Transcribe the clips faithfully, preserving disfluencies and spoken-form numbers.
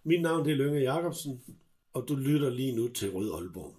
Mit navn det er Lønge Jacobsen, og du lytter lige nu til Rød Aalborg.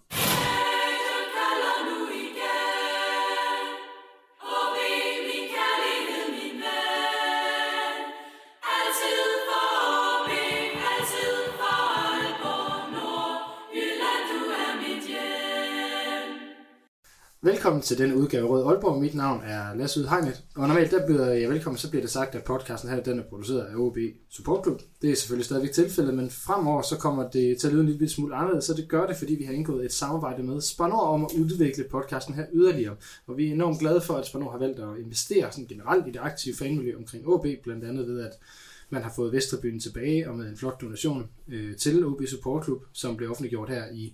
Velkommen til denne udgave af Rød Aalborg. Mit navn er Lasse Udhegnet, og normalt der bliver jeg velkommen, så bliver det sagt, at podcasten her den er produceret af O B Support Club. Det er selvfølgelig stadigvæk tilfældet, men fremover så kommer det til at lyde en lille smule anderledes, så det gør det, fordi vi har indgået et samarbejde med Spanor om at udvikle podcasten her yderligere. Og vi er enormt glade for, at Spanor har valgt at investere sådan generelt i det aktive fanmiljø omkring O B, blandt andet ved, at man har fået Vesttribunen tilbage, og med en flot donation øh, til O B Support Club, som blev offentliggjort her i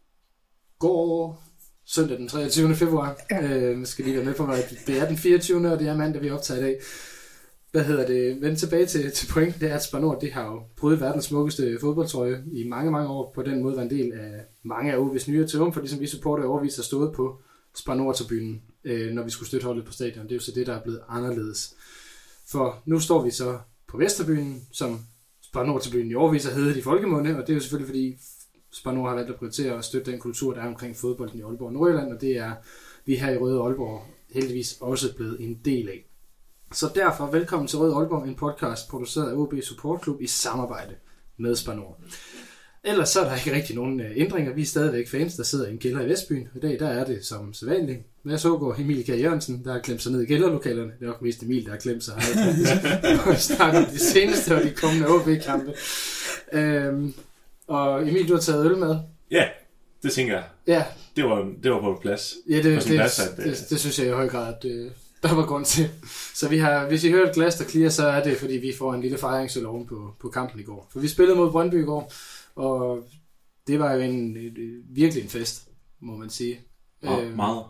går... søndag den treogtyvende februar. Ja. Øh, skal lige være med på mig. Det er den fireogtyvende og det er mandag, vi optager i dag. Hvad hedder det? Vend tilbage til, til pointen. Det er, at Spanor, det har jo prøvet verdens smukkeste fodboldtrøje i mange, mange år. På den måde var en del af mange af O B's nye triumfer, ligesom vi supporter overvist har stået på Spanor-tribunen, øh, når vi skulle støtte holdet på stadion. Det er jo så det, der er blevet anderledes. For nu står vi så på Vesttribunen, som Spanor-tribunen i overvis har heddet i folkemunde, og det er jo selvfølgelig fordi Spanor har valgt at prioritere at støtte den kultur, der er omkring fodbolden i Aalborg og Nordjylland, og det er vi her i Røde Aalborg heldigvis også blevet en del af. Så derfor velkommen til Røde Aalborg, en podcast produceret af O B Support Club i samarbejde med Spanor. Ellers så er der ikke rigtig nogen ændringer. Vi er stadigvæk fans, der sidder i en kælder i Vestbyen. I dag der er det som sædvanligt. Mads Aagaard, Emil K. Jørgensen, der har klemt sig ned i kælderlokalerne. Det er nok mest Emil, der har klemt sig her. Og snakker om de seneste og de kommende O B-kampe. Øhm, Og Emil, du har taget øl med? Ja, det tænker jeg. Ja. Det var, det var på plads. Ja, det, det, plads, det, det, det synes jeg i høj grad, at det, der var grund til. Så vi har, hvis I hører et glas, der klirer, så er det, fordi vi får en lille fejringsøl oven på, på kampen i går. For vi spillede mod Brøndby i går, og det var jo en, virkelig en fest, må man sige. Ja, øhm, meget.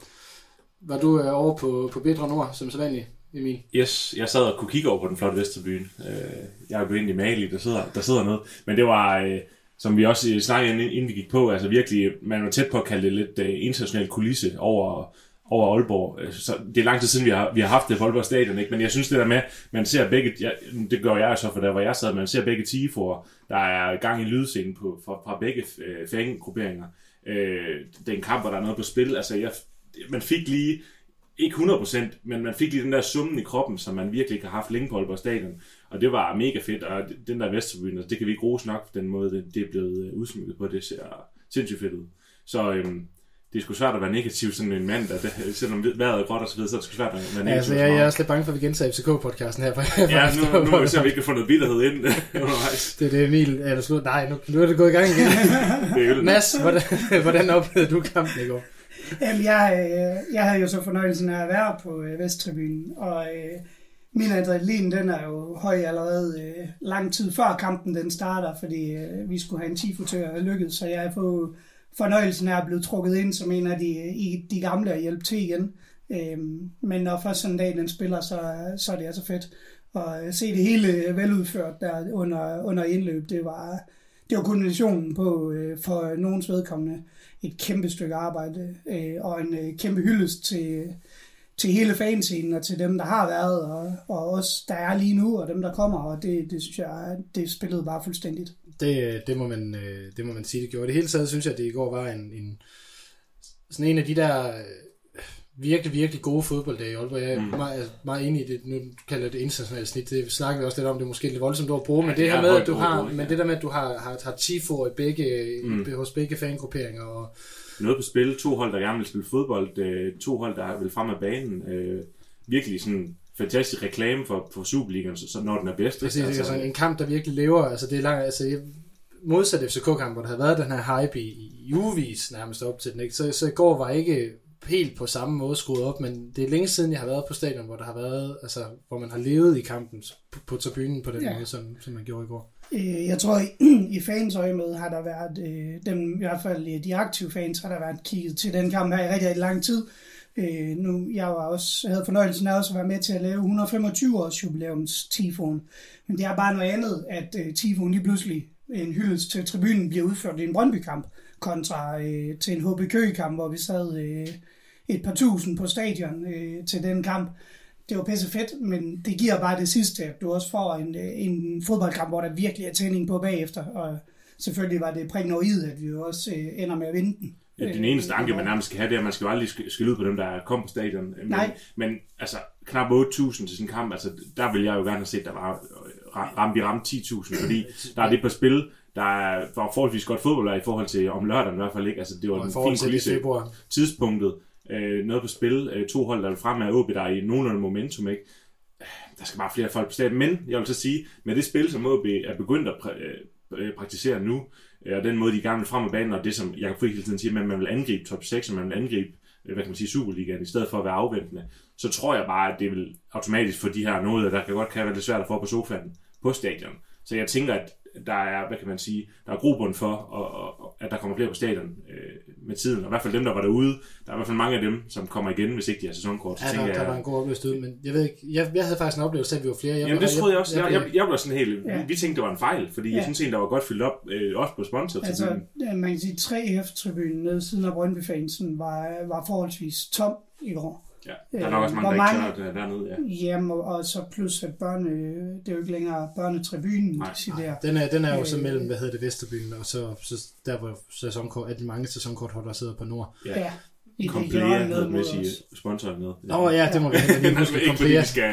Var du øh, over på, på Bedre Nord, som sædvanligt, Emil? Yes, jeg sad og kunne kigge over på den flotte Vesttribune. Jeg er jo egentlig malig, der sidder, der sidder noget. Men det var... Øh, som vi også snakkede inden vi gik på, altså virkelig, man var tæt på at kalde det lidt uh, international kulisse over, over Aalborg. Så det er lang tid siden, vi har, vi har haft det på Aalborg Stadion, ikke? Men jeg synes det der med, man ser begge, ja, det gør jeg så for der, hvor jeg sad, man ser begge tifoer, der er gang i lydscenen på, fra, fra begge uh, fangrupperinger. Uh, det er en kamp, hvor der er noget på spil. Altså, jeg, man fik lige, ikke hundrede procent, men man fik lige den der summen i kroppen, som man virkelig ikke har haft længe på Aalborg Stadion. Og det var mega fedt, og den der Vesttribune, altså det kan vi ikke rose nok, den måde det, det er blevet udsmykket på, det ser sindssygt fedt ud. Så øhm, det er sgu svært at være negativ sådan en mand, der, det, selvom vejret er godt og så videre, så er det sgu svært at være negativ. Ja, altså, jeg, jeg er også lidt bange for, at vi gentager F C K-podcasten her. Ja, nu, nu må vi se, om vi kan få noget bitterhed ind undervejs. Det er det, Emil. Eller slut. Nej, nu, nu er det gået i gang igen. Mads, hvordan, hvordan oplevede du kampen i går? Jamen, jeg, jeg havde jo så fornøjelsen af at være på Vesttribunen, og øh, min adrenalin, den er jo høj allerede øh, lang tid før kampen den starter, fordi øh, vi skulle have en tifo til at lykkes, så jeg har fået fornøjelsen af at blive trukket ind som en af de, i, de gamle at hjælpe til igen. Øh, men når først sådan en dag den spiller, så, så er det altså fedt. Og se det hele veludført der under, under indløb, det var, det var kombinationen på øh, for nogens vedkommende et kæmpe stykke arbejde, øh, og en øh, kæmpe hyldest til, til hele fanscenen, og til dem, der har været, og, og os, der er lige nu, og dem, der kommer, og det, det synes jeg, det spillede bare fuldstændigt. Det, det, må man, det må man sige, det gjorde. Det hele taget synes jeg, at det i går var en, en, sådan en af de der virkelig, virkelig gode fodbolddage i Aalborg. Jeg er mm. meget, meget enig i det, nu kalder jeg det internationalt snit, det snakker vi også lidt om, det er måske lidt voldsomt ord at bruge, men det her med, at du har, men det der med, at du har, har, har tifo i begge, mm. hos begge fangrupperinger, og noget på spil, to hold, der gerne vil spille fodbold, to hold, der vil frem af banen, virkelig sådan fantastisk reklame for, for Superligaen, så når den er bedst. Præcis, altså, altså en kamp, der virkelig lever, altså det er langt, altså modsat F C K-kamp, hvor der havde været den her hype i, i ugevis nærmest op til den, ikke? Så, så i går var ikke helt på samme måde skruet op, men det er længe siden, jeg har været på stadion, hvor der har været, altså hvor man har levet i kampen på, på tribunen på den ja. måde, som, som man gjorde i går. Jeg tror, i fans øjemed har der været, dem, i hvert fald de aktive fans, har der været kigget til den kamp her i rigtig, rigtig lang tid. Nu, jeg var også, havde fornøjelsen af også at være med til at lave et hundrede og femogtyve års jubilæums tifoen. Men det er bare noget andet, at tifoen lige pludselig, en hyldest til tribunen, bliver udført i en Brøndby-kamp, kontra øh, til en H B Køge-kamp, hvor vi sad øh, et par tusind på stadion øh, til den kamp. det var pisse fedt, men det giver bare det sidste, at du også får en, en fodboldkamp, hvor der virkelig er tænding på bagefter, og selvfølgelig var det prægnoid, at vi jo også øh, ender med at vinde den. Ja, den eneste anke, man nærmest skal have, det er, at man skal jo aldrig skille ud på dem, der kom på stadion. Men, Nej. men altså, knap otte tusind til sådan en kamp, altså, der vil jeg jo gerne have set, der var ramt, vi ramte ti tusind, fordi der er det på spil, der var forholdsvis godt fodbold i forhold til om lørdagen i hvert fald ikke. Altså, det var en fin kulisse. Tidspunktet, øh, noget på spil, øh, to hold, der er fremme af O B, der er i nogenlunde momentum, ikke? Der skal bare flere folk på stadion. Men jeg vil så sige, med det spil, som O B er begyndt at præ- øh, praktisere nu, og den måde, de gerne vil frem af banen, og det, som Jakob Friis hele tiden siger, at man vil angribe top seks, og man vil angribe, hvad kan man sige, Superligaen, i stedet for at være afventende, så tror jeg bare, at det vil automatisk få de her noget, der kan godt kan være lidt svært at få på sofaen på stadion. Så jeg tænker, at der er, hvad kan man sige, der er grobund for, og, og, at der kommer flere på stadion øh, med tiden. Og i hvert fald dem, der var derude, der er i hvert fald mange af dem, som kommer igen, hvis ikke de har sæsonkort. Så ja, der, jeg, der var en god oplevelse ude, men jeg ved ikke, jeg, jeg havde faktisk en oplevelse, at vi var flere. Jeg jamen var, det troede jeg også. Jeg, jeg, jeg, jeg var sådan helt, ja. vi tænkte, det var en fejl, fordi ja. jeg synes egentlig, der var godt fyldt op, øh, også på sponsor. Altså, man kan sige, tre F-tribunen nede siden af Brøndby-fansen var, var forholdsvis tom i går. Ja, der er nok også mange, der ikke tør dernede, ja. Jamen, og så plus at børne, det er jo ikke længere børnetribunen, nej, nej. Der. Den er, den er jo så mellem, hvad hedder det, Vesterbyen, og så, så der hvor sæsonkort, at de mange sæsonkortholder sidder på nord. Ja, ja. Komplere noget med sige sponsoren med. Åh oh, ja, det må vi have. Ikke fordi vi skal...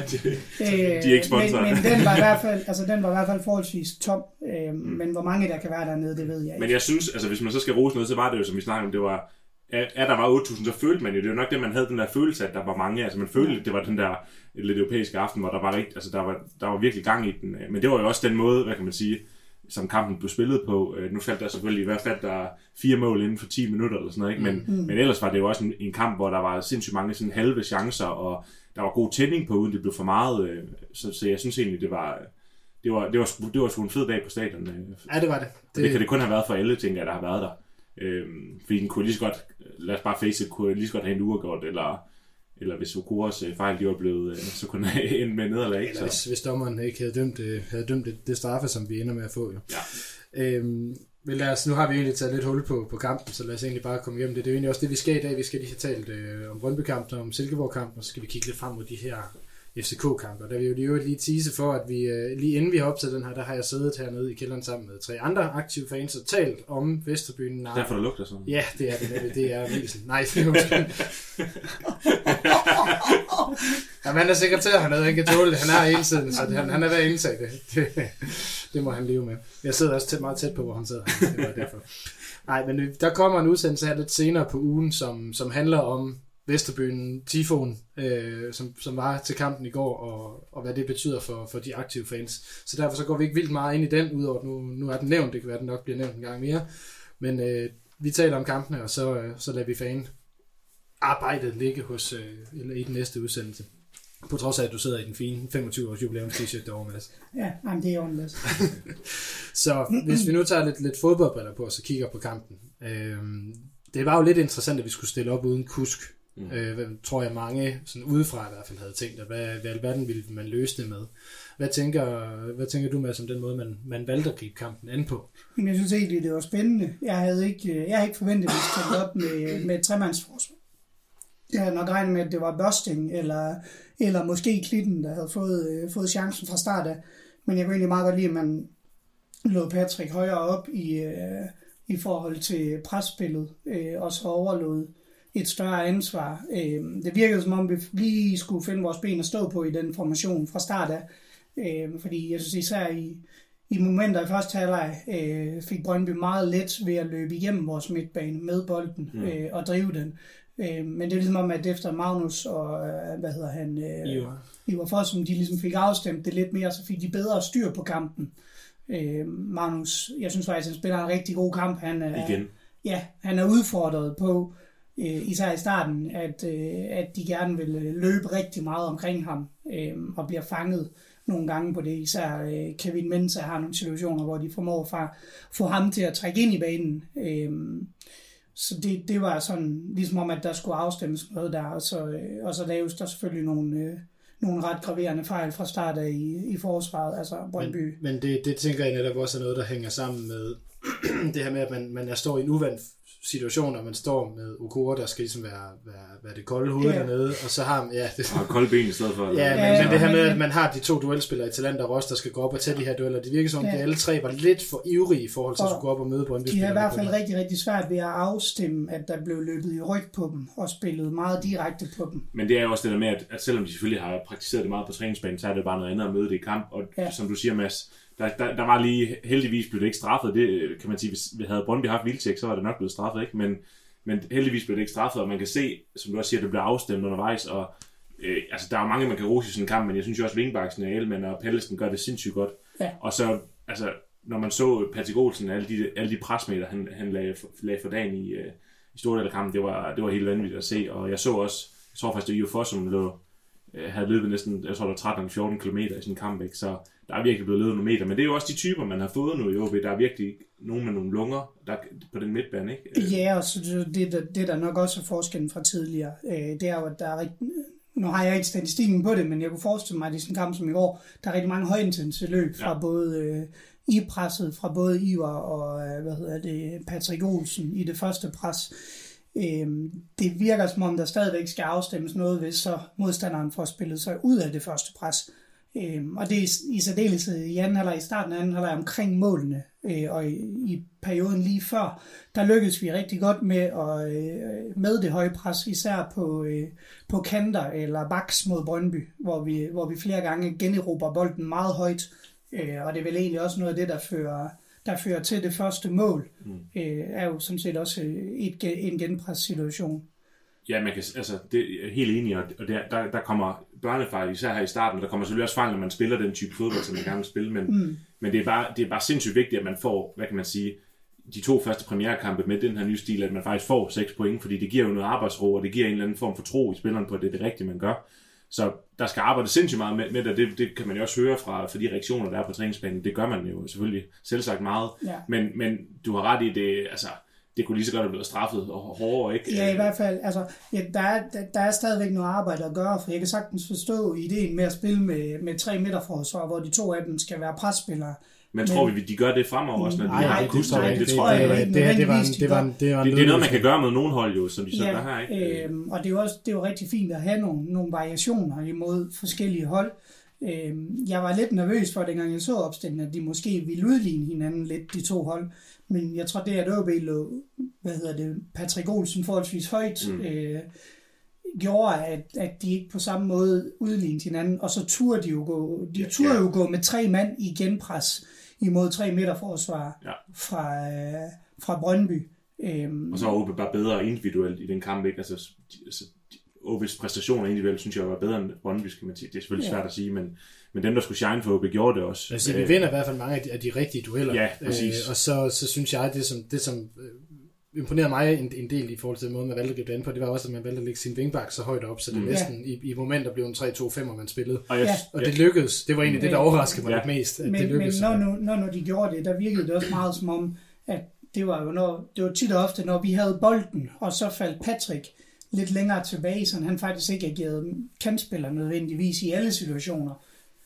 De er ikke sponsorer. Men, men den var i hvert fald, altså den var i hvert fald forholdsvis tom. Øh, mm. Men hvor mange der kan være dernede, det ved jeg ikke. Men jeg synes, altså hvis man så skal rose noget, så var det jo, som vi snakkede om, det var, at der var otte tusind, så følte man jo, det var nok det, man havde den der følelse, at der var mange, altså man følte, ja. Det var den der lidt europæiske aften, hvor der var rigt, altså der var, der var virkelig gang i den. Men det var jo også den måde, hvad kan man sige, som kampen blev spillet på. Nu faldt der selvfølgelig i hvert fald der fire mål inden for ti minutter eller sådan noget, ikke? Men, mm. men ellers var det jo også en, en kamp, hvor der var sindssygt mange sådan halve chancer, og der var god tænding på, uden det blev for meget. Så, så jeg synes egentlig, det var, det var, det var, det var sgu en fed dag på stadion. Ja, det var det. Det, det kan det kun have været for alle, tænker jeg, der har været der. Øhm, fordi den kunne lige så godt, lad os bare face it, kunne lige så godt have en uafgjort, eller, eller hvis Okuras fejl, de var blevet, så kunne den ende med nederlag. Ikke? Eller hvis, hvis dommeren ikke havde dømt, havde dømt det, det straffe, som vi ender med at få. Jo. Ja. Øhm, men lad os, nu har vi egentlig taget lidt hul på, på kampen, så lad os egentlig bare komme igennem det. Det er jo egentlig også det, vi skal i dag. Vi skal lige have talt øh, om Brøndby-kampen og om Silkeborg-kampen, og så skal vi kigge lidt frem mod de her F C K-kampe. Og der vil jo lige tease for, at vi øh, lige inden vi har optaget den her, der har jeg siddet hernede i kælderen sammen med tre andre aktive fans og talt om Vesterbyen. Nej. Derfor der lugter sådan. Ja, det er det. Det er Mielsen. Nej, det er måske. Jamen, han er sekretær hernede, han kan tåle det. Han er ensiden, så han, han er ved at indtage det. det. Det må han leve med. Jeg sidder også tæt, meget tæt på, hvor han sidder. Det var derfor. Nej, men der kommer en udsendelse her lidt senere på ugen, som, som handler om Vesterbyen Tifon, øh, som, som var til kampen i går, og, og hvad det betyder for, for de aktive fans. Så derfor så går vi ikke vildt meget ind i den, udover nu, nu er den nævnt, det kan være, den nok bliver nævnt en gang mere. Men øh, vi taler om kampene, og så, øh, så lader vi fan arbejdet ligge hos, øh, eller i den næste udsendelse. På trods af, at du sidder i den fine femogtyve års jubilæums t-shirt derovre, Mads. Ja, jamen, det er ordentligt. Så hvis vi nu tager lidt, lidt fodboldbriller på, og så kigger på kampen. Øh, det var jo lidt interessant, at vi skulle stille op uden kusk. Mm. Øh, tror jeg mange sådan udefra i hvert fald havde tænkt, at hvad, hvad alverden ville man løse det med. Hvad tænker, hvad tænker du med som den måde, man, man valgte at gribe kampen an på? Jeg synes egentlig, det var spændende. Jeg havde ikke, jeg havde ikke forventet, at vi skulle op med, med et tremandsforsvar. Jeg havde nok regnet med, at det var Børsting, eller, eller måske Klitten, der havde fået, fået chancen fra start af. Men jeg kunne egentlig meget godt lide, at man lod Patrick højere op i, i forhold til presspillet, og så overlod et større ansvar. Det virkede som om, vi lige skulle finde vores ben at stå på i den formation fra start af. Fordi jeg synes især i, i momenter i første halvleg fik Brøndby meget let ved at løbe igennem vores midtbane med bolden mm. og drive den. Men det er ligesom om, at efter Magnus og, hvad hedder han, Ivar, Ivar Fossum, de ligesom fik afstemt det lidt mere, så fik de bedre styr på kampen. Magnus, jeg synes faktisk, han spiller en rigtig god kamp. Han er, Igen. Ja, han er udfordret på, især i starten, at, at de gerne vil løbe rigtig meget omkring ham, og bliver fanget nogle gange på det. Især Kevin Mensah har nogle situationer, hvor de formår at få ham til at trække ind i banen. Så det, det var sådan, ligesom om, at der skulle afstemmes noget der, og så, og så laves der selvfølgelig nogle, nogle ret graverende fejl fra start af i, i forsvaret, altså Brøndby. Men, men det, det tænker jeg netop også er noget, der hænger sammen med det her med, at man, man er står i en uvandt situationer, man står med Okora, der skal ligesom være, være, være det kolde hoved yeah. dernede, og så har man, ja, det og kolde ben i stedet for. Ja, men, ja, men det her med, at man har de to duelspillere i Talent og Ross, der skal gå op og tage de her dueller, det virker som, ja. at de alle tre var lidt for ivrige i forhold til at skulle gå op og møde Brøndby. De har i hvert fald rigtig, rigtig svært ved at afstemme, at der blev løbet i ryg på dem, og spillet meget direkte på dem. Men det er jo også det der med, at, at selvom de selvfølgelig har praktiseret det meget på træningsbanen, så er det bare noget andet at møde det i kamp, og ja. som du siger, Mads, Der, der, der var lige, heldigvis blev det ikke straffet. Det kan man sige, hvis vi havde Brøndby haft vildtjek, så var det nok blevet straffet, ikke? Men, men heldigvis blev det ikke straffet, og man kan se, som du også siger, at det bliver afstemt undervejs, og øh, altså, der er jo mange, man kan rose i sådan en kamp, men jeg synes jo også, at Vingbaksen og Elman og Pallesen gør det sindssygt godt. Ja. Og så, altså, når man så Patrick Olsen, alle de, alle de presmeter, han, han lagde, lagde for dagen i, øh, i store del af kampen, det var, det var helt vanvittigt at se, og jeg så også, jeg tror faktisk, det var Ivo Foss, som lå, øh, havde løbet næsten, jeg tror, der var tretten fjorten kilometer i sådan en kamp, ikke? Så der er virkelig blevet løbet nogle meter, men det er jo også de typer, man har fået nu i O B. Der er virkelig nogen med nogle lunger der, på den midtbane, ikke? Ja, og så det, det, det der nok også er forskellen fra tidligere, det er jo, at der er rigtig... Nu har jeg ikke statistikken på det, men jeg kunne forestille mig, at i sådan en kamp som i går, der er rigtig mange højintense løb fra ja. både øh, i presset, fra både Ivar og øh, hvad hedder det, Patrick Olsen i det første pres. Øhm, det virker som om, der stadigvæk skal afstemmes noget, hvis så modstanderen får spillet sig ud af det første pres. Øhm, og det er i særdeleshed i anden halvleg, i starten af anden halvleg omkring målene, øh, og i, i perioden lige før, der lykkedes vi rigtig godt med at øh, med det høje pres, især på, øh, på kanter eller baks mod Brøndby, hvor vi, hvor vi flere gange generober bolden meget højt, øh, og det er vel egentlig også noget af det, der fører, der fører til det første mål, mm. øh, er jo sådan set også et, en genpres-situation. Ja, man kan, altså, det er helt enig, og der, der, der kommer børnefejl, især her i starten, der kommer selvfølgelig også fejl, når man spiller den type fodbold, som man gerne vil spille, men, mm. men det, er bare, det er bare sindssygt vigtigt, at man får, hvad kan man sige, de to første premierekampe med den her nye stil, at man faktisk får seks point, fordi det giver jo noget arbejdsro, og det giver en eller anden form for tro i spilleren på, at det er det rigtige, man gør. Så der skal arbejde sindssygt meget med, med det, det, det kan man jo også høre fra for de reaktioner, der er på træningsbanen. Det gør man jo selvfølgelig selvsagt meget, ja. men, men du har ret i det, altså det kunne lige så godt have blevet straffet og hårdere, ikke? Ja, i hvert fald. Altså, ja, der, er, der, der er stadigvæk noget arbejde at gøre, for jeg kan sagtens forstå ideen med at spille med, med tre midterforsvar, hvor de to af dem skal være presspillere. Men, Men tror vi, de gør det fremover også, når de nej, har kuster? Det, det tror jeg ikke. Det, det, det, var en, det, var en, det, var en det, det er noget, man kan gøre med nogen hold, jo, som de så ja, gør her, ikke? Øhm, og det er jo også det er jo rigtig fint at have nogle, nogle variationer imod forskellige hold. Øhm, jeg var lidt nervøs for, dengang jeg så opstillingen, at de måske ville udligne hinanden lidt, de to hold. Men jeg tror, det at O B lå, hvad hedder det, Patrick Olsen forholdsvis højt, mm. øh, gjorde, at, at de ikke på samme måde udlignede hinanden, og så turde de jo gå, de turde ja, ja. jo gå med tre mand i genpres imod tre midterforsvar ja. fra, øh, fra Brøndby. Øhm, og så var O B bare bedre individuelt i den kamp, ikke? Altså, altså O B's præstationer individuelt, synes jeg, var bedre end Brøndby, skal man sige. Det er selvfølgelig ja. svært at sige, men, men dem, der skulle shine for O B, gjorde det også. Altså, vi vinder i hvert fald mange af de, af de rigtige dueller. Ja, præcis. Øh, og så, så synes jeg, det som, det som øh, imponerede mig en, en del i forhold til den måde, man valgte at gribe det an på, det var også, at man valgte at lægge sin vingbak så højt op, så det mm. næsten ja. i, i momenter blev en tre to fem, man spillede. Og, jeg, og det lykkedes. Det var egentlig det, der overraskede mig ja. mest. At men det lykkedes, men når, nu, når, når de gjorde det, der virkede det også meget som om, at det var jo når, det var tit og ofte, når vi havde bolden, og så faldt Patrick lidt længere tilbage, så han faktisk ikke agerede kantspiller nødvendigvis i alle situationer,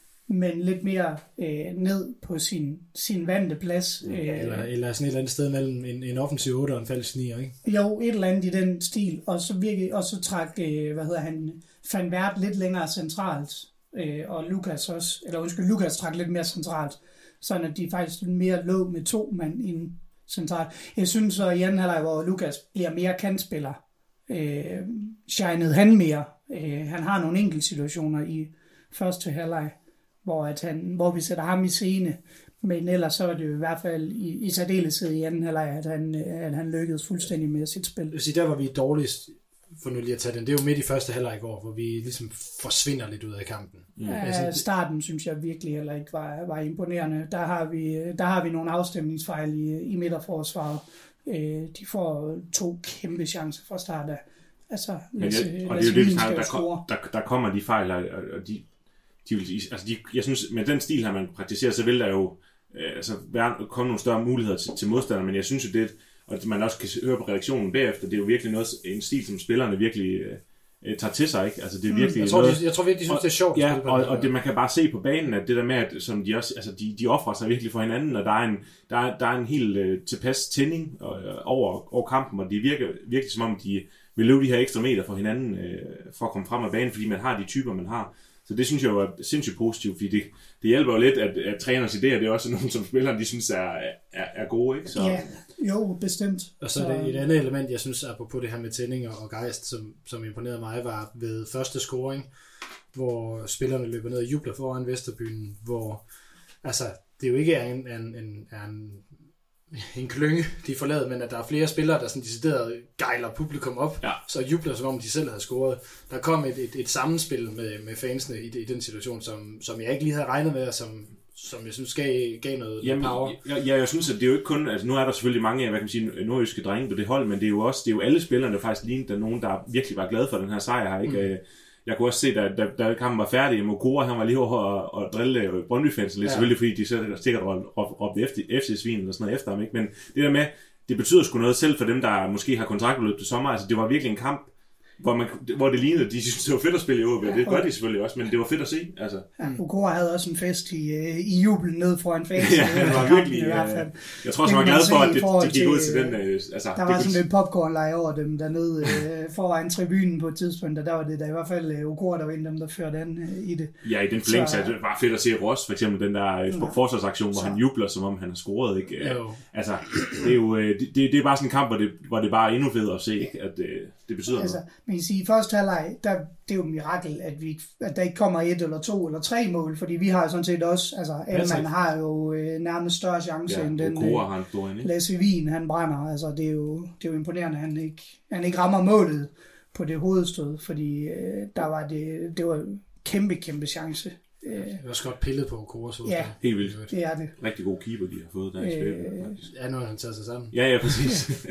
men lidt mere øh, ned på sin, sin vante plads. Øh, eller, eller sådan et eller andet sted mellem en, en offensiv otte og en falsk nier, ikke? Jo, et eller andet i den stil, og så, virkelig, og så trak, øh, hvad hedder han, Van Wert lidt længere centralt, øh, og Lukas også, eller undskyld, Lukas trak lidt mere centralt, sådan at de faktisk mere lå med to mand ind centralt. Jeg synes så i anden halvleg, hvor Lukas bliver mere kantspiller, øh, shinede han mere. Øh, han har nogle enkelte situationer i første halvleg, hvor, at han, hvor vi sætter ham i scene, men ellers så er det jo i hvert fald i, i særdeleshed i anden halvleg, at han, at han lykkedes fuldstændig med sit spil. Jeg vil sige, der var vi dårligst, for nu lige at tage den, det er jo midt i første halvleg i går, hvor vi ligesom forsvinder lidt ud af kampen. Mm. Altså, starten synes jeg virkelig heller ikke var, var imponerende. Der har vi, der har vi nogle afstemningsfejl i, i midterforsvaret. De får to kæmpe chancer fra start af. Altså, ja, og det er jo det, der, der, kom, der, der kommer de fejl, og de, de vil, altså de, jeg synes, med den stil her, man praktiserer, så vil der jo øh, altså, være, komme nogle større muligheder til, til modstanderne, men jeg synes jo det, og man også kan høre på reaktionen bagefter, det er jo virkelig noget, en stil, som spillerne virkelig øh, øh, tager til sig, ikke? Altså det er virkelig mm. jeg, tror, noget... de, jeg tror virkelig, de synes, og, det er sjovt. Ja, og, og det, man kan bare se på banen, at det der med, at som de også, altså de, de offrer sig virkelig for hinanden, og der er en, der er, der er en helt øh, tilpas tænding øh, over, over kampen, og det virker virkelig som om, de vil løbe de her ekstra meter for hinanden, øh, for at komme frem af banen, fordi man har de typer, man har. Så det synes jeg jo er sindssygt positivt, fordi det, det hjælper jo lidt, at, at trænernes idéer, det er også nogen, som spillerne, de synes er, er, er gode, ikke? Så... Ja, jo, bestemt. Og så, så... Det, et andet element, jeg synes, apropos det her med tænding og gejst, som, som imponerede mig, var ved første scoring, hvor spillerne løber ned og jubler foran Vesterbyen, hvor, altså, det er jo ikke en, en, en, en en klynge, de forlader, men at der er flere spillere, der sådan decideret gejler publikum op, ja. så jubler, som om de selv havde scoret. Der kom et, et, et sammenspil med, med fansene i, i den situation, som, som jeg ikke lige havde regnet med, og som, som jeg synes gav, gav noget Jamen, power. Ja, jeg, jeg synes, at det er jo ikke kun, altså nu er der selvfølgelig mange, hvad kan man sige, nordjyske drenge på det hold, men det er jo også, det er jo alle spillerne, der faktisk lignede, der er nogen, der virkelig var glade for den her sejr her, ikke? Mm. Jeg kunne også se, da, da, da kampen var færdig, Mokora, han var lige over og, og drille Brøndby-fansen lidt, ja. Selvfølgelig fordi de sikkert råbte F C-svin eller sådan noget efter ham, ikke? Men det der med, det betyder sgu noget selv for dem, der måske har kontraktudløb til sommer, altså det var virkelig en kamp, hvor, man, hvor det lignede, de synes, det var fedt at spille i O B, ja, det gør de selvfølgelig også, men det var fedt at se. Altså. Ja, Mokora havde også en fest i, i jublen ned foran fans. Ja, han var virkelig, i hvert fald. Jeg tror også, han var glad for, at det, det gik ud til den. Altså, der var sådan lidt popcorn-leje over dem dernede øh, foran tribunen på et tidspunkt, og der var det der i hvert fald øh, Mokora, der var en af dem, der førte an øh, i det. Ja, i den forlængelse er det bare fedt at se Ross, for eksempel den der øh, forsvarsaktion, hvor så. han jubler, som om han har scoret. Ikke? Ja, altså, det er jo det, det, det er bare sådan en kamp, hvor det, hvor det bare er endnu federe at se, ikke? At øh, det betyder altså, noget. Man kan sige, i første halvleg, der, det er jo et mirakel, at, vi, at der ikke kommer et eller to eller tre mål, fordi vi har sådan set også, altså Elman har jo øh, nærmest større chance ja, end den øh, Lasse Wien, han brænder, altså det er jo, det er jo imponerende, at han ikke, han ikke rammer målet på det hovedstød, fordi øh, der var det, det var en kæmpe, kæmpe chance. Det var også godt pillet på Okora, så ja, helt vildt. Det er det. Rigtig god keeper, de har fået der i spillet. Øh, ja, nu har han taget sig sammen. Ja, ja, præcis.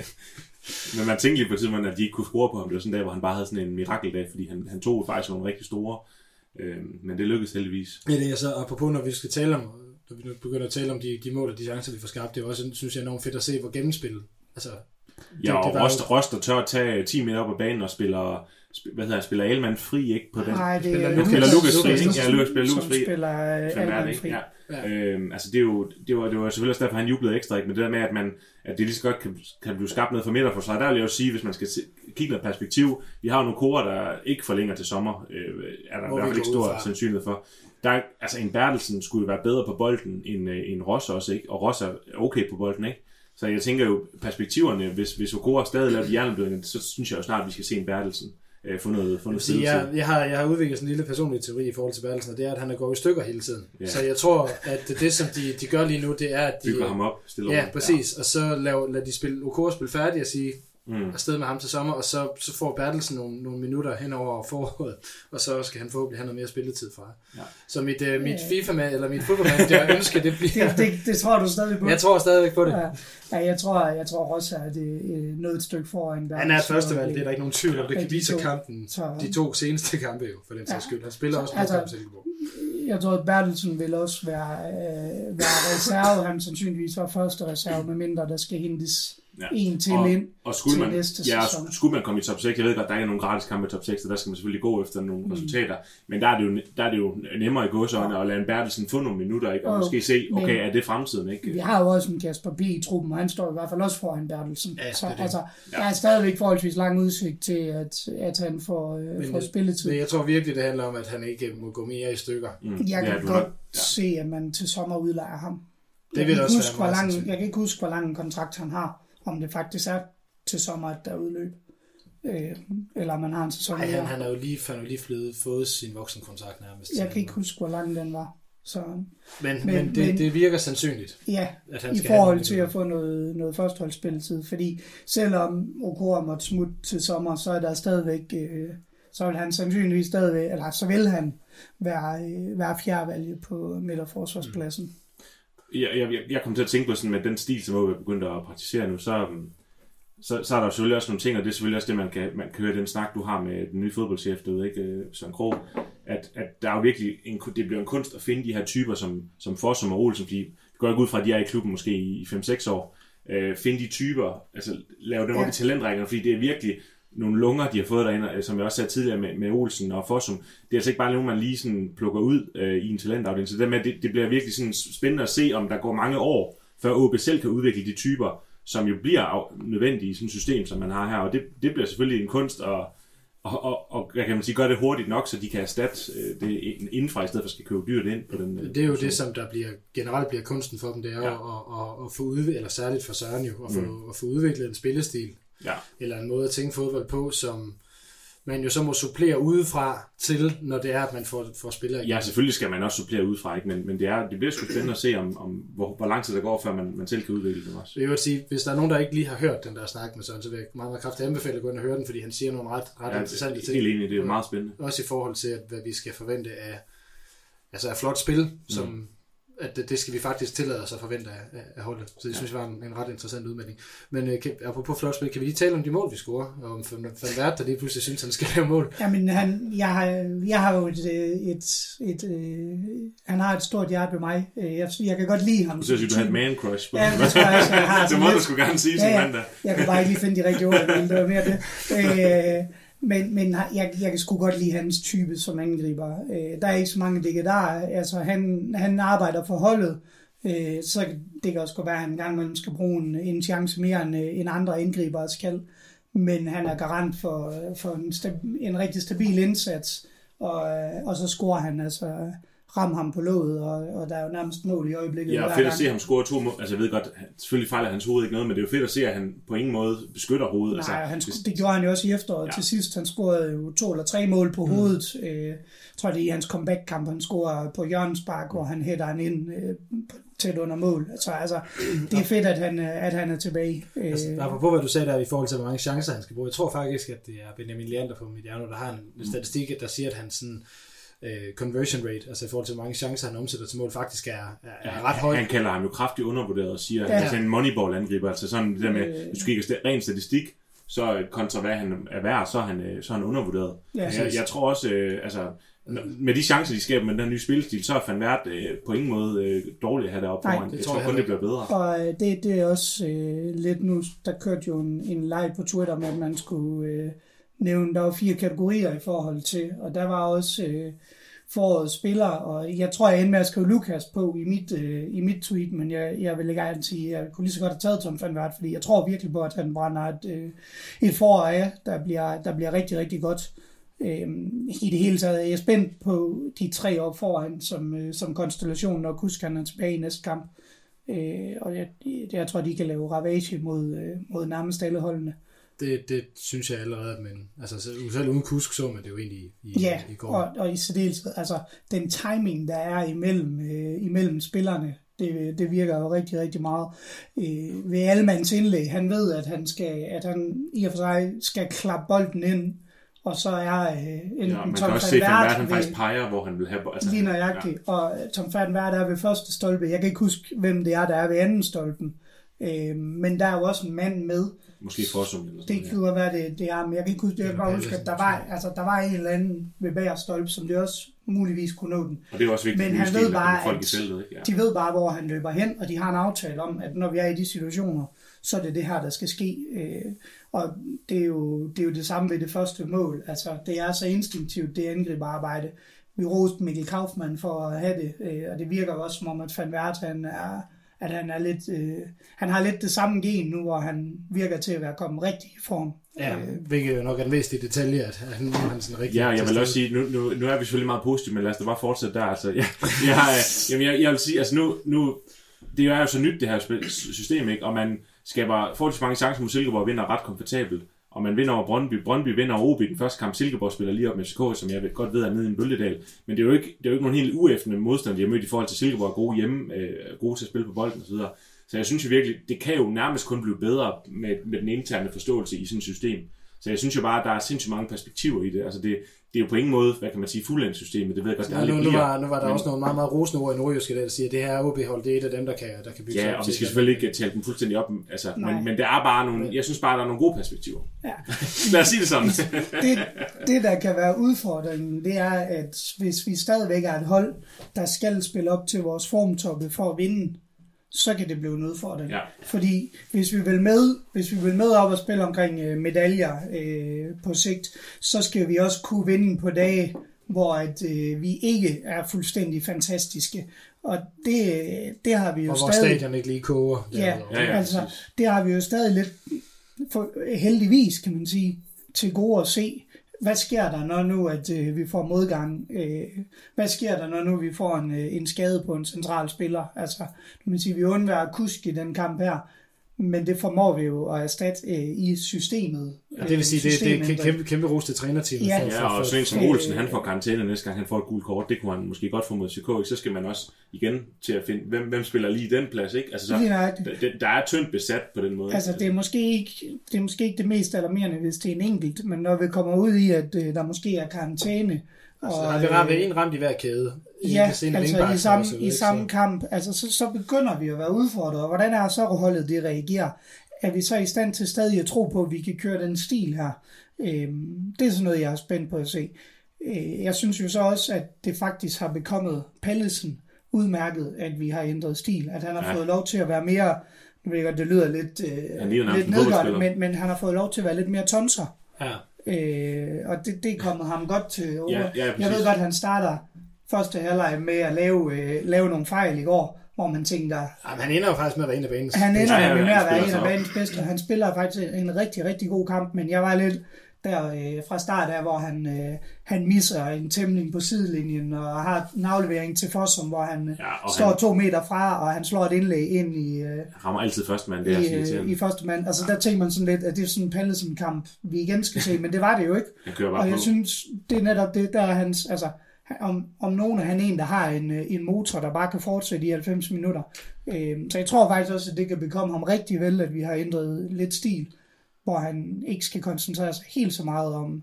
Men man tænkte lige på et tidspunkt, at de ikke kunne score på ham. Det var sådan en dag, hvor han bare havde sådan en mirakeldag, fordi han, han tog faktisk nogle rigtig store. Øh, men det lykkedes heldigvis. Ja, det er så, apropos når vi skal tale om, når vi nu begynder at tale om de, de mål og de chancer, vi får skabt, det er også, synes jeg, enormt fedt at se, hvor gennemspillet. Altså, ja, og det, Rost, jo... Rost og tør at tage ti meter op ad banen og spiller, hvad hedder han, spiller Elman fri, ikke på den? Nej, det er Lukas, Lukas, Lukas fri, ikke? Ja, Lukas spiller Lukas fri. spiller Elman fri. Ja. Ja. Øhm, altså det er jo, det var, det var selvfølgelig også derfor, han jublede ekstra, ikke? Men det der med, at, man, at det lige så godt kan, kan blive skabt noget for midterforsvaret, der vil jeg jo sige, hvis man skal se, kigge noget perspektiv, vi har jo nogle korer, der ikke forlænger til sommer, øh, er der i hvert fald ikke stor sandsynlighed for. Der, altså en Bertelsen skulle jo være bedre på bolden end, øh, end Ross også, ikke? Og Ross er okay på bolden, ikke? Så jeg tænker jo, perspektiverne, hvis, hvis Okora stadig laver hjerneblødning, så synes jeg jo snart, at vi skal se en Bertelsen øh, få noget, få noget sige, jeg, jeg, har, jeg har udviklet sådan en lille personlig teori i forhold til Bertelsen, og det er, at han er gået i stykker hele tiden. Ja. Så jeg tror, at det, som de, de gør lige nu, det er, at de... bygger ham op, stille Ja, præcis. Ja. Og så lader, lader de spille Okora spille færdig og sige, mm. afsted med ham til sommer, og så, så får Bertelsen nogle, nogle minutter hen over foråret, og så skal han forhåbentlig have noget mere spilletid fra. Ja. Så mit, uh, mit FIFA-mand, eller mit fodboldmand, det jeg ønsker, det bliver... det, det, det tror du stadig på? Jeg tror stadigvæk på det. Ja, ja jeg, tror, jeg tror også, at det er noget et stykke foran. Han er et førstevalg, det er der ikke nogen tvivl om. Det kan vise kampen, så... de to seneste kampe jo, for den sags skyld. Han spiller også altså, kamp Silkeborg. Jeg tror, at Bertelsen vil også være, øh, være reserve. Han sandsynligvis var første reserve, medmindre der skal hentes ja. en til og, ind og skulle til man, næste ja, sæson. Skulle man komme i top seks, jeg ved godt, der er ikke nogen gratis kampe i top seks, og der skal man selvfølgelig gå efter nogle mm. resultater, men der er, det jo, der er det jo nemmere i gåseøjne ja. at lade en Bertelsen få nogle minutter, ikke? Og, og måske se, okay, er det fremtiden, ikke? Vi har jo også en Kasper B i truppen, og han står i hvert fald også foran Bertelsen. Ja, så det altså, ja. der er stadigvæk forholdsvis lang udsigt til, at, at han får, øh, får spilletid. Men jeg tror virkelig, det handler om, at han ikke må gå mere i stykker. Mm. Jeg kan ja, godt ja. se, at man til sommer udlejer ham. Det jeg, vil kan også huske, være lang, jeg kan ikke huske, hvor lang en kontrakt han har, om det faktisk er til sommer, at der er udløb. Øh, eller man har en sæson. Nej, han, han er jo lige, han er jo lige flydet, fået sin voksenkontrakt nærmest. Jeg kan ikke huske, hvor lang den var. Så, men, men, men, det, det virker sandsynligt. Ja, at han i forhold til at få noget, noget førsteholdsspilletid. Fordi selvom Okora måtte smutte til sommer, så er der stadigvæk, øh, så vil han sandsynligvis stadigvæk, eller så vil han være, øh, være fjerdevalget på midterforsvarspladsen. Mm. Jeg, jeg, jeg kom til at tænke på sådan med den stil, som vi er begyndt at praktisere nu, så, så, så er der selvfølgelig også nogle ting, og det er selvfølgelig også det, man kan, man kan høre den snak, du har med den nye fodboldchef, derude, ikke, Søren Krog, at, at der er jo virkelig en, det bliver en kunst at finde de her typer, som, som Fossum og Olsen, fordi vi går ikke ud fra, at de er i klubben måske i fem seks år, øh, finde de typer, altså lave dem ja. op i talentrækkerne, fordi det er virkelig, nogle lunger, de har fået derinde, som jeg også sagde tidligere med, med Olsen og Fossum. Det er altså ikke bare nogen, man lige sådan plukker ud øh, i en talentafdeling. Så det, med, det, det bliver virkelig sådan spændende at se, om der går mange år, før O B selv kan udvikle de typer, som jo bliver nødvendige i sådan et system, som man har her. Og det, det bliver selvfølgelig en kunst at og, og, og kan man sige, gøre det hurtigt nok, så de kan erstatte øh, det indenfra, i stedet for at skal købe dyrt ind på den. Det er jo det, som der bliver, generelt bliver kunsten for dem, det er ja. at, at, at få udviklet, eller særligt for Søren jo, at få, mm. at få udviklet en spillestil, ja. eller en måde at tænke fodbold på, som man jo så må supplere udefra til, når det er, at man får, får spillere. Ja, selvfølgelig skal man også supplere udefra, ikke? Men, men det, er, det bliver sgu spændende at se, om, om hvor, hvor lang tid der går, før man, man selv kan udvikle det også. Jeg vil sige, hvis der er nogen, der ikke lige har hørt den der snak med Søren, så vil jeg meget, meget kraftigt anbefale at gå ind og høre den, fordi han siger nogle ret, ret ja, interessante ting. Helt enig, det er meget spændende. Også i forhold til, at, hvad vi skal forvente af, altså af flot spil, som... Mm. at det, det skal vi faktisk tillade os at forvente af, af, af holdet. Så det ja. synes jeg var en, en ret interessant udmelding. Men øh, kan, apropos flot spil, kan vi lige tale om de mål, vi scorer? Og om Van Wert, der lige pludselig synes, han skal lave mål. Jamen, han, jeg, har, jeg har jo et... et, et, et han har et stort hjerte ved mig. Jeg, jeg kan godt lide ham. Du synes, du har et man-crush på ja, det tror jeg også, jeg har. Det må du sgu gerne sige ja, som mandag. Jeg kan bare ikke lige finde de rigtige ord, men det var mere det. Øh, Men, men jeg, jeg kan sgu godt lide hans type som angriber. Øh, der er ikke så mange dækker der. Altså, han, han arbejder for holdet, øh, så det kan også godt være, at han en gang imellem skal bruge en, en chance mere, end, end andre angriber skal. Men han er garant for, for en, stab- en rigtig stabil indsats, og, og så scorer han altså... ramme ham på låget, og, og der er jo nærmest mål i øjeblikket. Ja, og fedt at se ham score to mål. Altså jeg ved godt, selvfølgelig fejler hans hoved ikke noget, men det er jo fedt at se, at han på ingen måde beskytter hovedet. Nej, altså, han, det gjorde han jo også i efteråret. Ja. Til sidst, han scorede jo to eller tre mål på mm. hovedet. Øh, jeg tror, det er i hans comeback-kamp, han scorer på hjørnespark, hvor han hætter han ind øh, tæt under mål. Altså, altså, det er fedt, at han, at han er tilbage. Altså, apropos hvad du sagde der i forhold til, hvor mange chancer han skal bruge. Jeg tror faktisk, at det er Benjamin Leander på Mediano, der har en statistik, der siger, at han sådan Uh, conversion rate, altså i forhold til, hvor mange chancer han omsætter til mål, faktisk er, er, er ja, ret høj. Han kalder ham jo kraftigt undervurderet og siger, at ja. han er en moneyball-angriber, altså sådan det der med, øh. hvis du kigger ren statistik, så kontra hvad han er værd, så er han, så er han undervurderet. Ja, jeg, jeg tror også, øh, altså, med de chancer, de skaber med den nye spillestil, så er Van Wert øh, på ingen måde øh, dårligt at have deroppe foran. Jeg tror jeg kun, det bliver bedre. Og det, det er også øh, lidt nu, der kørte jo en, en live på Twitter med, at man skulle øh, nævne, der var fire kategorier i forhold til, og der var også øh, forårets spillere, og jeg tror, jeg endte med at skrive Lukas på i mit, øh, i mit tweet, men jeg, jeg vil ikke gerne sige, at jeg kunne lige så godt have taget Tom Van Wert, fordi jeg tror virkelig på, at han brænder et, øh, et forår af, der bliver, der bliver rigtig, rigtig godt. Øhm, I det hele taget er jeg spændt på de tre op foran som, øh, som konstellation, når Kusk er tilbage i næste kamp. Øh, og jeg, jeg tror, de kan lave ravage mod, øh, mod nærmest alle holdene. Det, det synes jeg allerede, men altså, selv uden Kusk så man det jo egentlig i, ja, i går. Og, og i særdeleshed, altså den timing, der er imellem, øh, imellem spillerne, det, det virker jo rigtig, rigtig meget. Øh, ved Almans indlæg, han ved, at han, skal, at han i og for sig skal klappe bolden ind, og så er øh, en, ja, en Tom Van Wert, han faktisk peger, hvor han vil have... Altså, lige nøjagtigt, ja. Og Tom Van Wert er ved første stolpe. Jeg kan ikke huske, hvem det er, der er ved anden stolpen. Øh, men der er jo også en mand med. Måske Fossum eller sådan. Det kan jo være, det, det er, men jeg kan ikke huske, det, jeg kan bare huske, at der var, altså, der var en eller anden ved hver stolpe, som det også muligvis kunne nå den. Og det er også vigtigt, men han ved bare, folk i feltet, ikke? Ja. De ved bare, hvor han løber hen, og de har en aftale om, at når vi er i de situationer, så er det det her, der skal ske. Øh, og det er, jo, det er jo det samme ved det første mål. Altså, det er så instinktivt, det angriberarbejde. Vi roste Mikkel Kaufmann for at have det, øh, og det virker også som om, at Van Wert, han er... at han er lidt, øh, han har lidt det samme gen nu, hvor han virker til at være kommet rigtig i form. Ja, hvilket jo nok er en væsentlig detalje, at han nu er sådan rigtig... Ja, jeg vil også sige, nu, nu, nu er vi selvfølgelig meget positive, men lad os da bare fortsætte der. Altså, jeg, jeg, jamen, jeg, jeg vil sige, altså nu, nu, det er jo så nyt, det her system, ikke? Og man skaber forholdsvis mange chancer mod Silkeborg og vinder ret komfortabelt. Og man vinder over Brøndby. Brøndby vinder over O B den første kamp. Silkeborg spiller lige op med F C K, som jeg godt ved er nede i en bølgedal. Men det er jo ikke, det er jo ikke nogen helt uæftende modstand, de har mødt i forhold til Silkeborg, gode hjemme, øh, gode til at spille på bolden osv. Så jeg synes jo virkelig, det kan jo nærmest kun blive bedre med, med den interne forståelse i sådan et system. Så jeg synes jo bare, at der er sindssygt mange perspektiver i det. Altså det, det er jo på ingen måde, hvad kan man sige, fuldendsystemet. Det ved jeg godt, det ja, nu, nu, var, nu var der men, også nogle meget, meget rosende ord i nordjysk, der siger, at det her O B-hold, det er et af dem, der kan, der kan bygge. Ja, og vi skal selvfølgelig ikke tale dem fuldstændig op. Altså, men, men det er bare nogle, jeg synes bare, der er nogle gode perspektiver. Ja. Lad os sige det sådan. det, det, der kan være udfordringen, det er, at hvis vi stadigvæk er et hold, der skal spille op til vores formtoppe for at vinde, så kan det blive en udfordring. Ja. Fordi hvis vi vil med, hvis vi vil med op og spille omkring øh, medaljer øh, på sigt, så skal vi også kunne vinde på dage, hvor at, øh, vi ikke er fuldstændig fantastiske. Og det, det har vi jo og hvor stadig... stadion ikke lige koger. Ja, ja, ja, altså, det har vi jo stadig lidt, for, heldigvis kan man sige, til gode at se. Hvad sker der, når nu at øh, vi får modgang? Øh, hvad sker der, når nu vi får en, øh, en skade på en central spiller? Altså, du kan sige, vi undværer Kusk i den kamp her, men det formår vi jo at erstatte øh, i systemet. Ja, det vil sige, det, det er kæmpe, kæmpe ros til trænerteamet. Ja, for, ja, for, og for, sådan en som Olsen, han får karantæne næste gang, han får et gult kort. Det kunne han måske godt få mod C K. Så skal man også igen til at finde, hvem, hvem spiller lige den plads, ikke? Altså, så, der, der er tyndt besat på den måde. Altså, det er, måske ikke, det er måske ikke det mest alarmerende, hvis det er en enkelt, men når vi kommer ud i, at øh, der måske er karantæne. Altså, og, der er vi en ramt i hver kæde. Ja, altså i samme, i samme kamp, altså, så, så begynder vi at være udfordret. Og hvordan er så holdet, det reagerer? Er vi så i stand til stadig at tro på, at vi kan køre den stil her? Øhm, det er sådan noget, jeg er spændt på at se. Øh, jeg synes jo så også, at det faktisk har bekommet Pallesen udmærket, at vi har ændret stil. At han har ja. fået lov til at være mere, nu ved jeg godt, det lyder lidt, øh, lidt nedgørende, men, men han har fået lov til at være lidt mere tonser. Ja. Øh, og det, det er kommet ham godt til ord. Ja, ja, jeg ved godt, at han starter første halvleg med at lave, øh, lave nogle fejl i går, hvor man tænker... Jamen, han ender jo faktisk med at være en af banens. Han ender ja, ja, med at være en af banens bedste. Han spiller faktisk en rigtig, rigtig god kamp, men jeg var lidt der øh, fra start af, hvor han, øh, han misser en tæmning på sidelinjen og har en aflevering til Fossum, hvor han ja, står han, to meter fra, og han slår et indlæg ind i... Øh, rammer altid første mand, det er i, øh, i første mand. Altså der tænker man sådan lidt, at det er sådan en Pallesen-kamp, vi igen skal se, men det var det jo ikke. Og jeg på. synes, det er netop det, der er hans... Altså, Om, om nogen er han en, der har en, en motor, der bare kan fortsætte i halvfems minutter. Øh, så jeg tror faktisk også, at det kan bekomme ham rigtig vel, at vi har ændret lidt stil, hvor han ikke skal koncentrere sig helt så meget om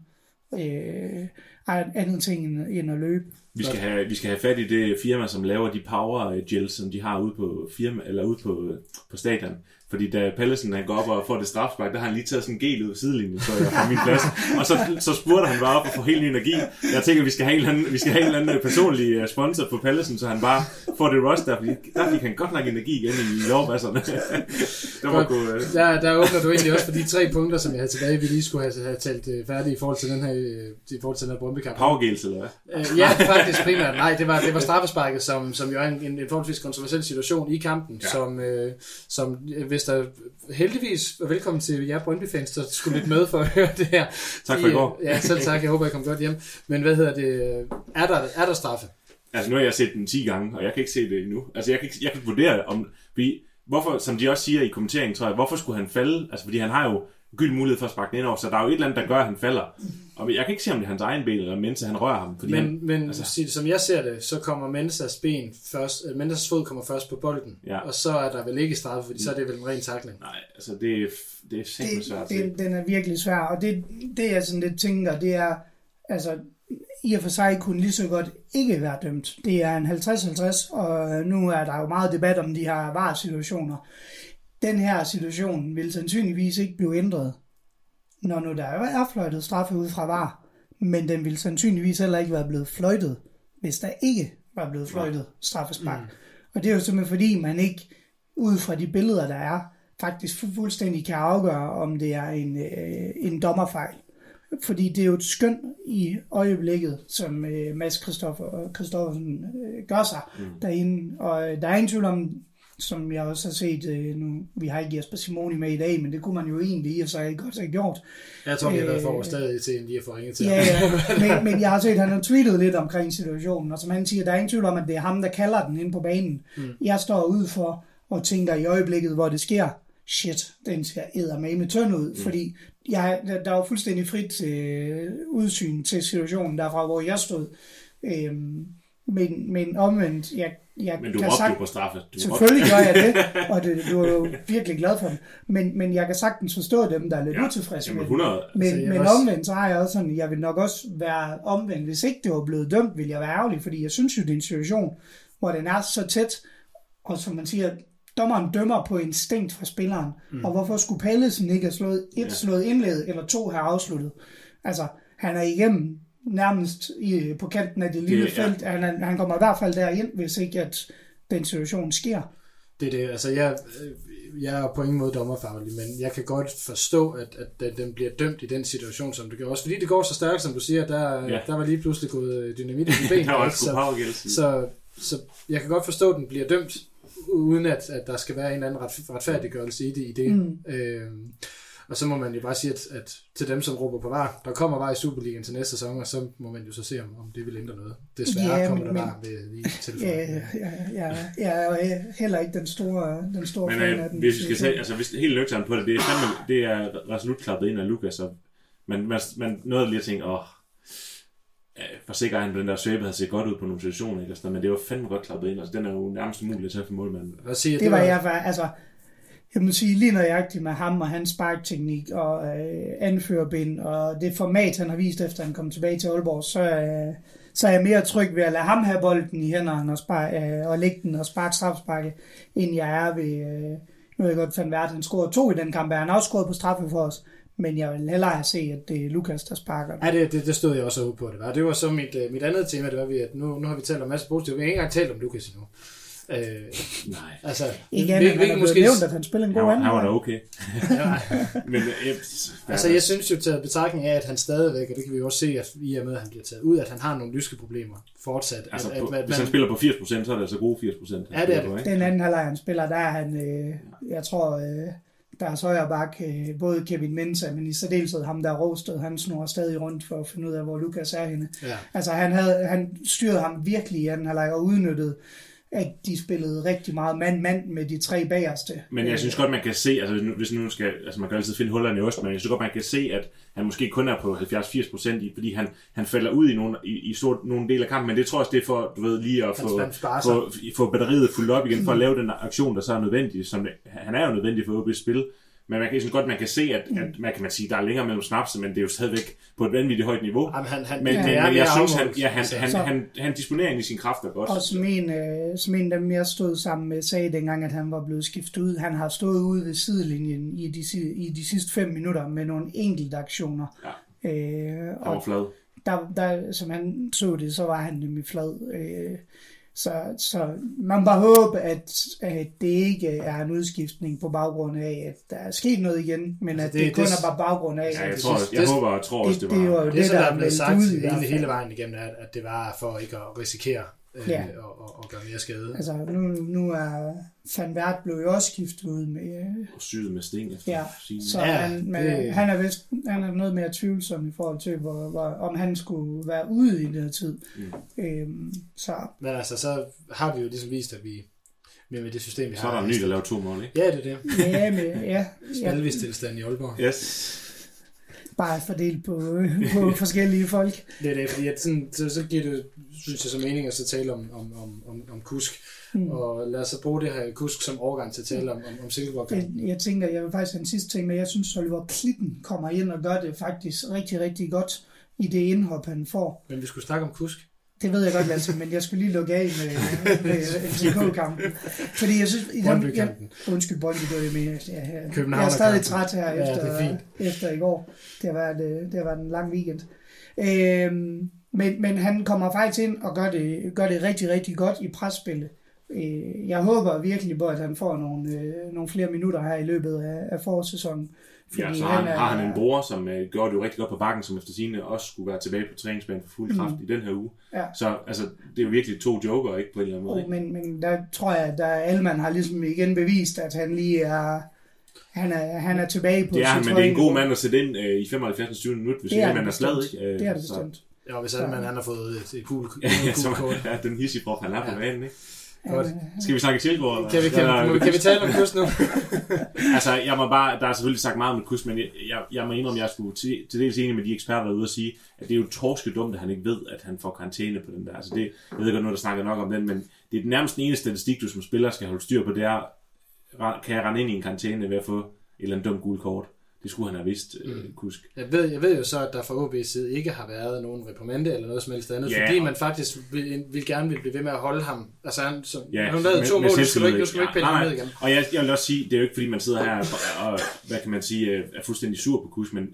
øh, andet ting end, end at løbe. Vi skal, have, vi skal have fat i det firma, som laver de power gels, som de har ude på firma eller ude på, på stadion. Fordi da Pallesen han går op og får det strafspark, der har han lige taget sådan en gel ud af sidelinjen, så jeg fra min plads. Og så, så spurgte han bare op og får helt ny energi. Jeg tænker, vi skal have en eller anden, vi skal have en eller anden personlig sponsor på Pallesen, så han bare får det rust der, fordi der fik han godt nok energi igen i lovbasserne. der, var god, uh... der, der åbner du egentlig også for de tre punkter, som jeg havde tilbage, vi lige skulle have, have talt færdigt i forhold til den her, i forhold til den her Brøndby-kamp. Powergels, eller hvad? Uh, ja, faktisk primært. Nej, det var, det var straffesparket, som, som jo er en, en, en forholdsvis kontroversiel situation i kampen, ja. som, øh, som hvis der heldigvis, og velkommen til jer Brøndby-fans, der skulle lidt med for at høre det her. Tak for i går. Ja, selv tak. Jeg håber, jeg kom godt hjem. Men hvad hedder det? Er der, er der straffe? Altså, nu har jeg set den ti gange, og jeg kan ikke se det endnu. Altså, jeg kan ikke, jeg kan ikke vurdere, om vi, hvorfor, som de også siger i kommenteringen, tror jeg, hvorfor skulle han falde? Altså, fordi han har jo gyld mulighed for at sparke den ind over, så der er jo et eller andet, der gør, at han falder. Og jeg kan ikke se, om det er hans egen ben, eller Mensa, han rører ham. Fordi men han, men altså, som jeg ser det, så kommer Mensas ben først, Mensas fod kommer først på bolden, ja. Og så er der vel ikke straffe, fordi så er det vel en ren tackling. Nej, altså det er, det er simpelthen svært. Det, den er virkelig svær, og det, det jeg sådan lidt tænker, det er, altså i og for sig kunne lige så godt ikke være dømt. Det er en halvtreds halvtreds, og nu er der jo meget debat om de her V A R-situationer. Den her situation vil sandsynligvis ikke blive ændret, når nu der er fløjtet straffe ud fra V A R, men den ville sandsynligvis heller ikke være blevet fløjtet, hvis der ikke var blevet fløjtet straffespark. Mm. Og det er jo simpelthen fordi, man ikke ud fra de billeder, der er, faktisk fuldstændig kan afgøre, om det er en, øh, en dommerfejl. Fordi det er jo et skøn i øjeblikket, som øh, Mads Christoffer, Christoffersen øh, gør sig mm. derinde. Og øh, der er ingen tvivl om, som jeg også har set, øh, nu, vi har ikke Jesper Simoni med i dag, men det kunne man jo egentlig i og så godt have gjort. Jeg tror, vi har været for stadig til, end de har fået ringet til. Ja, ja. men, men jeg har set, at han har tweetet lidt omkring situationen, og som han siger, der er ingen tvivl om, at det er ham, der kalder den inde på banen. Mm. Jeg står ude for og tænker i øjeblikket, hvor det sker, shit, den ser eddermame tynd ud, mm. fordi jeg, der, der var fuldstændig frit øh, udsyn til situationen derfra, hvor jeg stod. Øhm, men, men omvendt, jeg, jeg men du kan råbte sagt, jo på straffe. Du selvfølgelig gør jeg det, og det, du er jo virkelig glad for det. Men, men jeg kan sagtens forstå dem, der er lidt ja, utilfredse med det. Men, altså, men også... omvendt, så har jeg også sådan, jeg vil nok også være omvendt. Hvis ikke det var blevet dømt, vil jeg være ærgerlig, fordi jeg synes jo, det er en situation, hvor den er så tæt, og som man siger, dommeren dømmer på instinkt fra spilleren. Mm. Og hvorfor skulle Pallesen ikke have slået et, ja. slået indledet, eller to have afsluttet? Altså, han er igennem nærmest i, på kanten af det lille det, felt. Ja. Han, han kommer i hvert fald derind, hvis ikke at den situation sker. Det er det. Altså, jeg, jeg er på ingen måde dommerfaglig, men jeg kan godt forstå, at, at den bliver dømt i den situation, som det gør. Også fordi det går så stærkt, som du siger, der, ja. der var lige pludselig gået dynamit i benene. så, så, så jeg kan godt forstå, at den bliver dømt, uden at, at der skal være en eller anden ret, retfærdiggørelse i det. I det. Mm. Øhm, og så må man jo bare sige, at, at til dem, som råber på var, der kommer var i Superligaen til næste sæson, og så må man jo så se, om, om det vil ændre noget. Desværre ja, kommer der bare ved i telefonen. Ja, ja, ja, jeg er heller ikke den store, den store men, fan øh, af den. Hvis vi skal sige, altså hvis det er helt nøgternt på det, det er, fandme, det er resolut klappet ind af Lukas, og man, man, man nåede lige at tænke, åh, for sikkert han den der svæbe havde set godt ud på nogle situationer, ikke? Men det var fandme godt klappet ind, altså den er jo nærmest umulig til at få målmanden. Hvad siger, det, det var jeg for, altså jeg må sige, lige nøjagtigt med ham og hans sparkteknik og øh, anførerbind og det format, han har vist efter han kom tilbage til Aalborg, så, øh, så er jeg mere tryg ved at lade ham have bolden i hænderne og, spar, øh, og lægge den og sparke strafsparke, end jeg er ved, øh, nu er jeg godt fandt værd, han scorede to i den kamp, han har også scoret på straffe for os, men jeg vil hellere se, at det er Lukas, der sparker. Ja, det, det, det stod jeg også ude på, det var. Det var så mit, mit andet tema, det var, at nu, nu har vi talt om masse positivt, vi har ikke engang talt om Lukas endnu. Øh, Nej. Altså, ikke andet, han har måske nævnt, at han spiller en god anden. Han var da okay. Men, jeg, altså, jeg synes jo til betragtning af, at han stadigvæk, og det kan vi jo også se, at i og med, at han bliver taget ud, at han har nogle lyske problemer fortsat. Altså, at, på, at, at, hvis han spiller på firs procent, så er det altså gode firs procent. Ja, det er det. Den anden halvleg, han spiller, der er han, øh, jeg tror, øh, der er højre bak, øh, både Kevin Mensah, men i særdeleshed ham, der er Rosted, han snor stadig rundt for at finde ud af, hvor Lukas er henne. Ja. Altså, han, havde, han styrede ham virkelig i anden halvleg og udnyttede, at de spillede rigtig meget mand-mand med de tre bagerste. Men jeg synes godt, man kan se, altså hvis nu skal, altså man kan altid finde hullerne i ost, men jeg synes godt, man kan se, at han måske kun er på halvfjerds til firs procent, fordi han, han falder ud i nogle, i, i stort, nogle dele af kampen, men det tror jeg også, det er for, du ved, lige at få, få, få batteriet fuldt op igen, for at lave den aktion, der så er nødvendig, som det, han er jo nødvendig for at spille. Men man kan sådan godt, man kan se, at, at man kan man sige, der er længere mellem snapse, men det er jo stadigvæk på et vanvittigt højt niveau. Jamen, han, han, men, ja, men, ja, men jeg synes, han, han, ja, han, han, han, han, han disponerer ind i sine kræfter godt. Og som en, øh, som en af dem, jeg stod sammen med, sagde dengang, at han var blevet skiftet ud. Han har stået ude ved sidelinjen i de, i de sidste fem minutter med nogle enkelte aktioner. Ja. Øh, han var flad. Der, der, som han så det, så var han nemlig flad. Øh, Så, så man bare håbe, at, at det ikke er en udskiftning på baggrund af, at der er sket noget igen, men at det, det kun det, er bare baggrund af... Ja, jeg, tror, jeg, jeg håber og tror også, det, det var... Det, det var jo det, det, det der, der er blevet sagt hele, hele vejen vejen igennem, at, at det var for ikke at risikere øh, ja. og, og, og gøre mere skade. Altså, nu, nu er Van Wert blev jo også skiftet ud med... Og syet med Sting efter ja, sine. så ja, han, men, det... han, er vist, han er noget mere tvivlsom i forhold til, hvor, hvor, om han skulle være ude i den her tid. Mm. Øhm, så. Men altså, så har vi jo ligesom vist, at vi med, med det system, vi så har... Så er der en ny, der laver to mål, ikke? Ja, det er det. Ja, med, ja. Spalvis-tilstand i Aalborg. Yes. Bare fordelt på, på forskellige folk. Det er det, fordi at sådan, så, så giver det, synes jeg, så mening at så tale om, om, om, om, om Kusk. Mm. Og lad os så bruge det her Kusk som overgang til at tale om, om, om Silkeborg. Jeg, jeg tænker, jeg vil faktisk have en sidste ting, men jeg synes, Oliver Klitten kommer ind og gør det faktisk rigtig, rigtig godt i det indhop, han får. Men vi skulle snakke om Kusk. Det ved jeg godt, Lasse, men jeg skulle lige lukke af med, med F C K-kampen. Fordi jeg synes... Brøndby-kampen. Undskyld, Brøndby, det med. Jeg, jeg, jeg er stadig træt her ja, efter, efter i går. Det har været, det har været en lang weekend. Øhm, men, men han kommer faktisk ind og gør det, gør det rigtig, rigtig godt i presspillet. Øh, jeg håber virkelig på, at han får nogle, øh, nogle flere minutter her i løbet af, af forårssæsonen. Ja, så han, er, har han en bror, som uh, gjorde det jo rigtig godt på bakken, som efter sigende også skulle være tilbage på træningsbanen for fuld kraft mm. i den her uge. Ja. Så altså, det er jo virkelig to joker, ikke på en eller anden måde. Oh, men, men der tror jeg, at Alman har ligesom igen bevist, at han lige er, han er, han er tilbage på det er han, men det er en god mand at sætte ind uh, i femoghalvfjerds tyve minut, hvis Alman er slad, ikke? Uh, det er det bestemt. Ja, hvis Alman han har fået et, et cool kort. Ja, den hissig-prop, han er på banen, ikke? Godt. Skal vi snakke Silkeborg? Kan vi, kan, vi, kan vi tale om Kusk nu? Altså, jeg må bare, der er selvfølgelig sagt meget om Kusk, men jeg, jeg, jeg må indrømme, at jeg skulle til, til dels enig med de eksperter derude og sige, at det er jo torske dumt, at han ikke ved, at han får karantæne på den der. Altså, det, jeg ved godt nu, der snakker nok om den, men det er den nærmest eneste statistik, du som spiller skal holde styr på, det er, kan jeg rende ind i en karantæne ved at få et eller andet dumt gult kort? Det skulle han have vidst, mm. øh, Kusk. Jeg ved, jeg ved jo så, at der fra O B's side ikke har været nogen reprimande eller noget som helst andet, yeah. fordi man faktisk vil, vil gerne vil blive ved med at holde ham. Altså han, så, ja, han lavede to mål, du skal ikke, du skal ikke pille ham ned igen. Og jeg, jeg vil også sige, det er jo ikke fordi man sidder her og, og hvad kan man sige, er fuldstændig sur på Kusk, men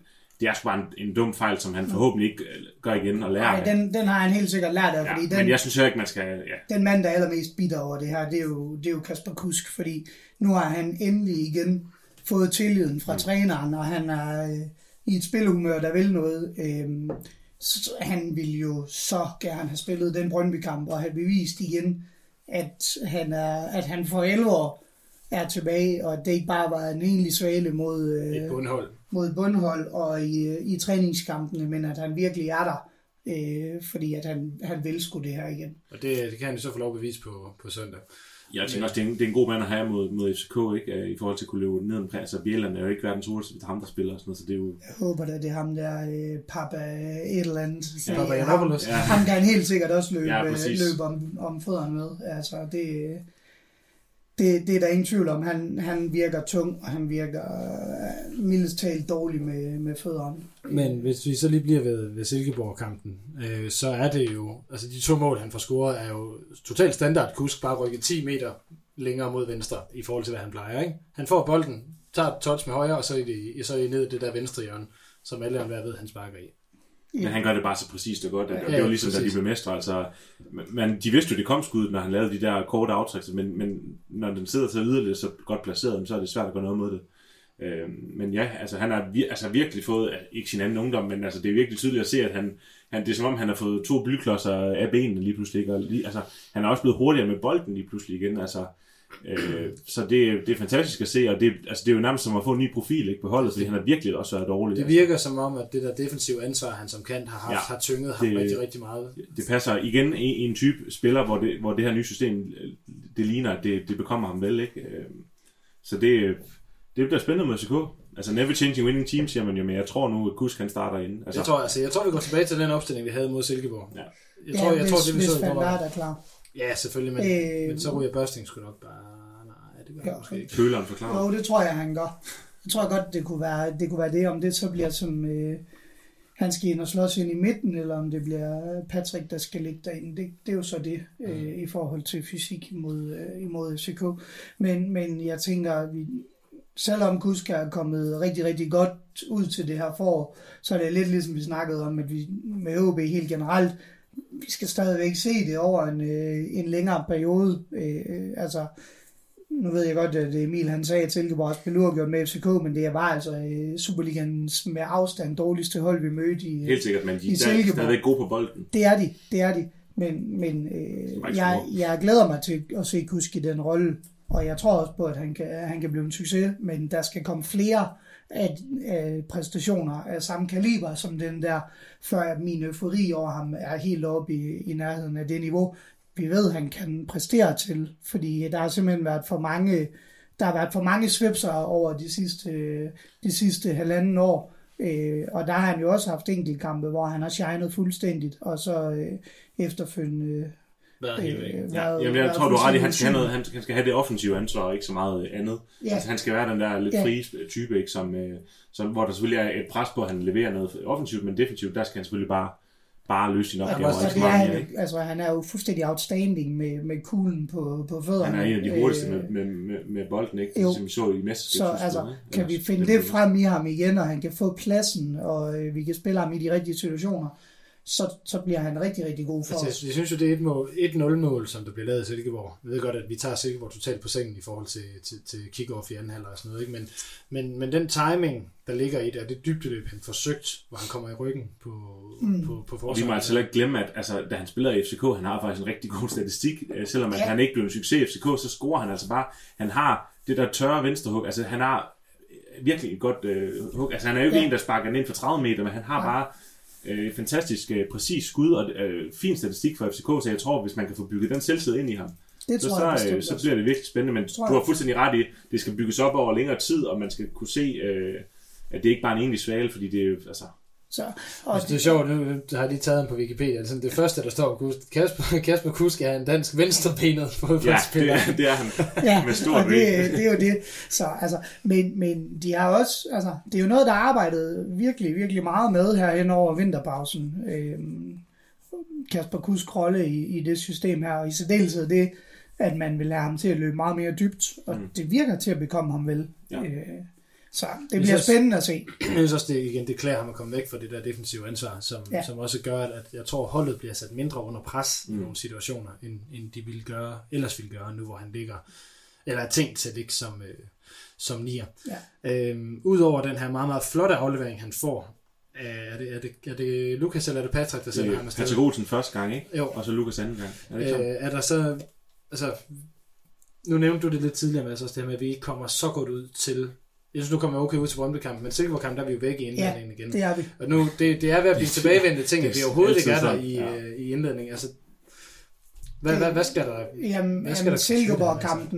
det er sgu bare en, en dum fejl, som han forhåbentlig ikke gør igen og lærer Nej, den, den har han helt sikkert lært af, ja, fordi den, men jeg synes jo ikke, man skal... Ja. Den mand, der er allermest bitter over det her, det er jo, det er jo Kasper Kusk, fordi nu har han endelig igen fået tilliden fra mm. træneren, og han er øh, i et spillehumør, der vil noget. Øh, så, han vil jo så gerne have spillet den Brøndby-kamp, og have bevist igen, at han, er, at han for alvor er tilbage, og at det ikke bare var en egentlig svale mod, øh, bundhold. mod bundhold og i, i træningskampene, men at han virkelig er der, øh, fordi at han, han vil sgu det her igen. Og det, det kan han jo så få lov at bevise på, på søndag. Jeg tænker også, det er, en, det er en god mand at have mod, mod F C K, ikke? I forhold til at kunne løbe ned omkring. Altså, Bjelland er jo ikke verdens hurtigste, det er ham, der spiller og sådan noget, så det er jo... Jeg håber da, det er ham der, øh, Papa et eller andet. Ja, Papa Janopoulos. Ja. Ham kan han helt sikkert også løbe, ja, løbe om, om fødderne med. Altså, det, det, det er der ingen tvivl om. Han, han virker tung, og han virker uh, mildest talt dårlig med, med fødderne. Men hvis vi så lige bliver ved, ved Silkeborg-kampen, øh, så er det jo... Altså, de to mål, han får scoret, er jo totalt standard. Kusk bare rykke ti meter længere mod venstre, i forhold til, hvad han plejer, ikke? Han får bolden, tager et touch med højre, og så er det, så er det ned det der venstre hjørne, som alle andre ved, han sparker i. Men han gør det bare så præcist og godt. Og ja, det var ligesom, præcis. da de blev mestre. Altså, men de vidste jo, det kom skuddet, når han lavede de der korte aftræk. Men, men når den sidder til yderligere så godt placeret, så er det svært at gøre noget mod det. Øh, men ja, altså han har vir- altså, virkelig fået, ikke sin anden ungdom, men altså, det er virkelig tydeligt at se, at han, han, det er som om, han har fået to blyklodser af benene lige pludselig. Og lige, altså, han er også blevet hurtigere med bolden lige pludselig igen. Altså, øh, så det, det er fantastisk at se, og det, altså, det er jo nærmest som at få en ny profil, ikke, på holdet, fordi han har virkelig også været dårlig. Det virker som om, at det der defensive ansvar, han som kant har haft, ja, har tynget ham det, rigtig, rigtig meget. Det passer igen i, i en type spiller, hvor det, hvor det her nye system, det ligner, at det, det bekommer ham vel, ikke? Så det, det bliver spændende med F C K. Altså never changing winning team, siger man jo, men jeg tror nu, at Kusk han starter inden. Altså, jeg, tror, altså, jeg tror, vi går tilbage til den opstilling, vi havde mod Silkeborg. Ja. Jeg tror, ja, jeg hvis, tror, det vi hvis så Van Laar er klar. Ja, selvfølgelig, men, øh, men så ryger Børsting sgu nok bare... Nej, det gør han måske ikke. Føleren forklarer. Jo, det tror jeg, han gør. Jeg tror godt, det kunne være det, kunne være det om det så bliver som... Øh, han skal ind og slås ind i midten, eller om det bliver Patrick, der skal ligge derinde. Det, det er jo så det, øh, mm. i forhold til fysik imod, øh, imod F C K. Men, men jeg tænker, vi, selvom Kusk er kommet rigtig, rigtig godt ud til det her forår, så er det lidt ligesom vi snakkede om, at vi med O B helt generelt, vi skal stadigvæk se det over en, øh, en længere periode. Øh, altså, nu ved jeg godt, at Emil han sagde, at Silkeborg har spillet uafgjort med F C K, men det er bare altså øh, Superligaens med afstand dårligste hold, vi mødte i Helt sikkert, men de i er stadigvæk gode på bolden. Det er de, det er de. Men, men øh, jeg, jeg glæder mig til at se Kusk i den rolle, og jeg tror også på, at han kan, han kan blive en succes, men der skal komme flere af, af præstationer af samme kaliber som den der, før min eufori over ham er helt oppe i, i nærheden af det niveau, vi ved, han kan præstere til, fordi der har simpelthen været for mange, der har været for mange svipser over de sidste, de sidste halvanden år, øh, og der har han jo også haft enkeltkampe, hvor han har shined fuldstændigt, og så øh, efterfølgende været helt væk. Øh, ja, jamen, jeg tror, du har ret i, han skal, have noget, han, han skal have det offensive ansvar, og ikke så meget andet. Ja. Altså, han skal være den der lidt ja. frie type, ikke, som, øh, som, hvor der selvfølgelig er et pres på, at han leverer noget offensivt, men defensivt, der skal han selvfølgelig bare bare løse sine opgaver. Ja, det er han, altså, han er jo fuldstændig outstanding med, med kuglen på, på fødderne. Han er en af de hurtigste øh, med, med, med, med bolden, ikke? Jo. Som vi så i mesterskabet. Så altså, kan vi finde det frem i ham igen, og han kan få pladsen, og øh, vi kan spille ham i de rigtige situationer, så, så bliver han rigtig, rigtig god for altså, os. Jeg synes jo, det er et, mål, et nul-mål, som der bliver lavet i Silkeborg. Jeg ved godt, at vi tager Silkeborg totalt på sengen i forhold til, til, til kick-off i anden halvleg og sådan noget, ikke? Men, men, men den timing, der ligger i det, og det dybdeløb, han forsøgt, hvor han kommer i ryggen på, mm. på, på forsvaret. Og vi må altså ikke glemme, at altså, da han spiller i F C K, han har faktisk en rigtig god statistik. Selvom ja. han ikke blev en succes i F C K, så scorer han altså bare. Han har det der tørre venstrehug. Altså, han har virkelig et godt øh, hug. Altså, han er jo ikke ja. en, der sparker ind for tredive meter, men han har ja. bare øh, fantastisk øh, præcis skud og øh, fin statistik for F C K, så jeg tror, hvis man kan få bygget den selvtid ind i ham, det så, tror så, øh, så bliver det virkelig spændende. Men du har fuldstændig ret i, det skal bygges op over længere tid, og man skal kunne se, øh, at det ikke bare er en egentlig svale, fordi det er jo, altså... Så, og altså, det er sjovt, nu har jeg lige taget den på Wikipedia. Altså, det første, der står på Kusk, Kasper, Kasper Kusk er en dansk venstrebenet fodboldspiller. Ja, det er, det er han. Ja, med stort og det, det er jo det. Så, altså, men, men de har også, altså, det er jo noget, der er arbejdet virkelig, virkelig meget med her hen over vinterpausen. Øhm, Kasper Kusk rolle i, i det system her, og i særdeleshed det, at man vil lære ham til at løbe meget mere dybt, og mm. det virker til at bekomme ham vel. Ja. Øh, Så det bliver spændende at se. Jeg synes også, det, igen, det klæder ham at komme væk fra det der defensive ansvar, som, ja. som også gør, at jeg tror, holdet bliver sat mindre under pres mm. i nogle situationer, end, end de ville gøre, ellers ville gøre, nu hvor han ligger, eller er tænkt til at ligge som, øh, som nier. Ja. Øhm, Udover den her meget, meget flotte aflevering, han får, er det, er det, er det Lukas eller er det Patrick, der sender ham afsted? Patrick Olsen første gang, ikke? Jo. Og så Lukas anden gang. Er, det øh, er der så, altså, nu nævnte du det lidt tidligere, med, altså, det her med, at vi ikke kommer så godt ud til. Jeg synes, nu kommer jeg okay ud til Brøndby-kampen, men Silkeborg-kampen, der er vi jo væk i indledningen igen. Ja, det er vi. Og nu, det, det er ved at blive tilbagevendte ting, at vi overhovedet ikke er der i, ja. uh, i indledningen. Altså, hvad, hvad, hvad skal der? Jamen, hvad skal jamen der Silkeborg-kampen,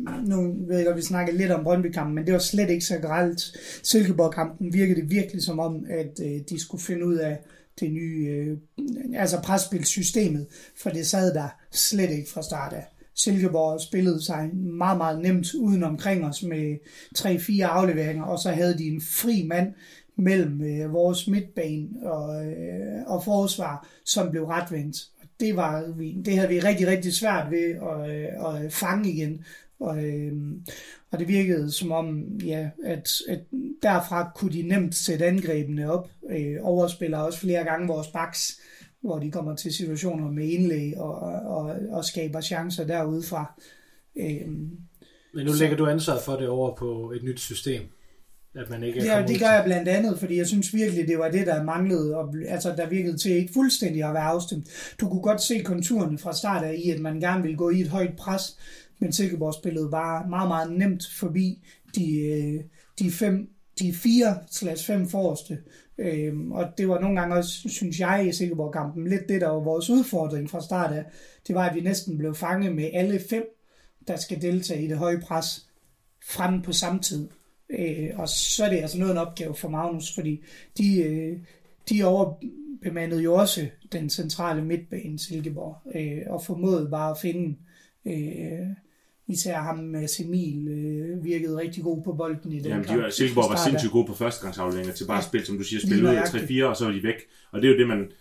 nu ved jeg, at vi snakker lidt om Brøndby-kampen, men det var slet ikke så grelt. Silkeborg-kampen virkede det virkelig som om, at øh, de skulle finde ud af det nye, øh, altså presspilssystemet, for det sad der slet ikke fra start af. Silkeborg spillede sig meget, meget nemt uden omkring os med tre-fire afleveringer, og så havde de en fri mand mellem øh, vores midtbane og, øh, og forsvar, som blev retvendt. Det, var, det havde vi rigtig, rigtig svært ved at, øh, at fange igen. Og, øh, og det virkede som om, ja, at, at derfra kunne de nemt sætte angrebene op. Øh, overspiller også flere gange vores backs, hvor de kommer til situationer med indlæg og, og, og skaber chancer derudefra. Øhm, Men nu så, lægger du ansvaret for det over på et nyt system, at man ikke ja, det gør jeg blandt andet, fordi jeg synes virkelig, det var det, der manglede, og, altså der virkede til ikke fuldstændig at være afstemt. Du kunne godt se konturerne fra start af i, at man gerne ville gå i et højt pres, men Silkeborg spillede bare meget, meget nemt forbi de, de, fem, de fire slash fem forreste. Øhm, og det var nogle gange også, synes jeg, i Silkeborg-kampen, lidt det, der var vores udfordring fra start af. Det var, at vi næsten blev fanget med alle fem, der skal deltage i det høje pres, fremme på samme tid. Øh, og så er det altså noget en opgave for Magnus, fordi de, øh, de overbemandede jo også den centrale midtbane Silkeborg, øh, og formåede bare at finde øh, især ham med Emil øh, virkede rigtig god på bolden i den Jamen, kamp. De var, Silkeborg var sindssygt gode på førstegangsafleveringer til bare at spille, som du siger, spille ud af tre fire, og så var de væk. Og det er jo det, man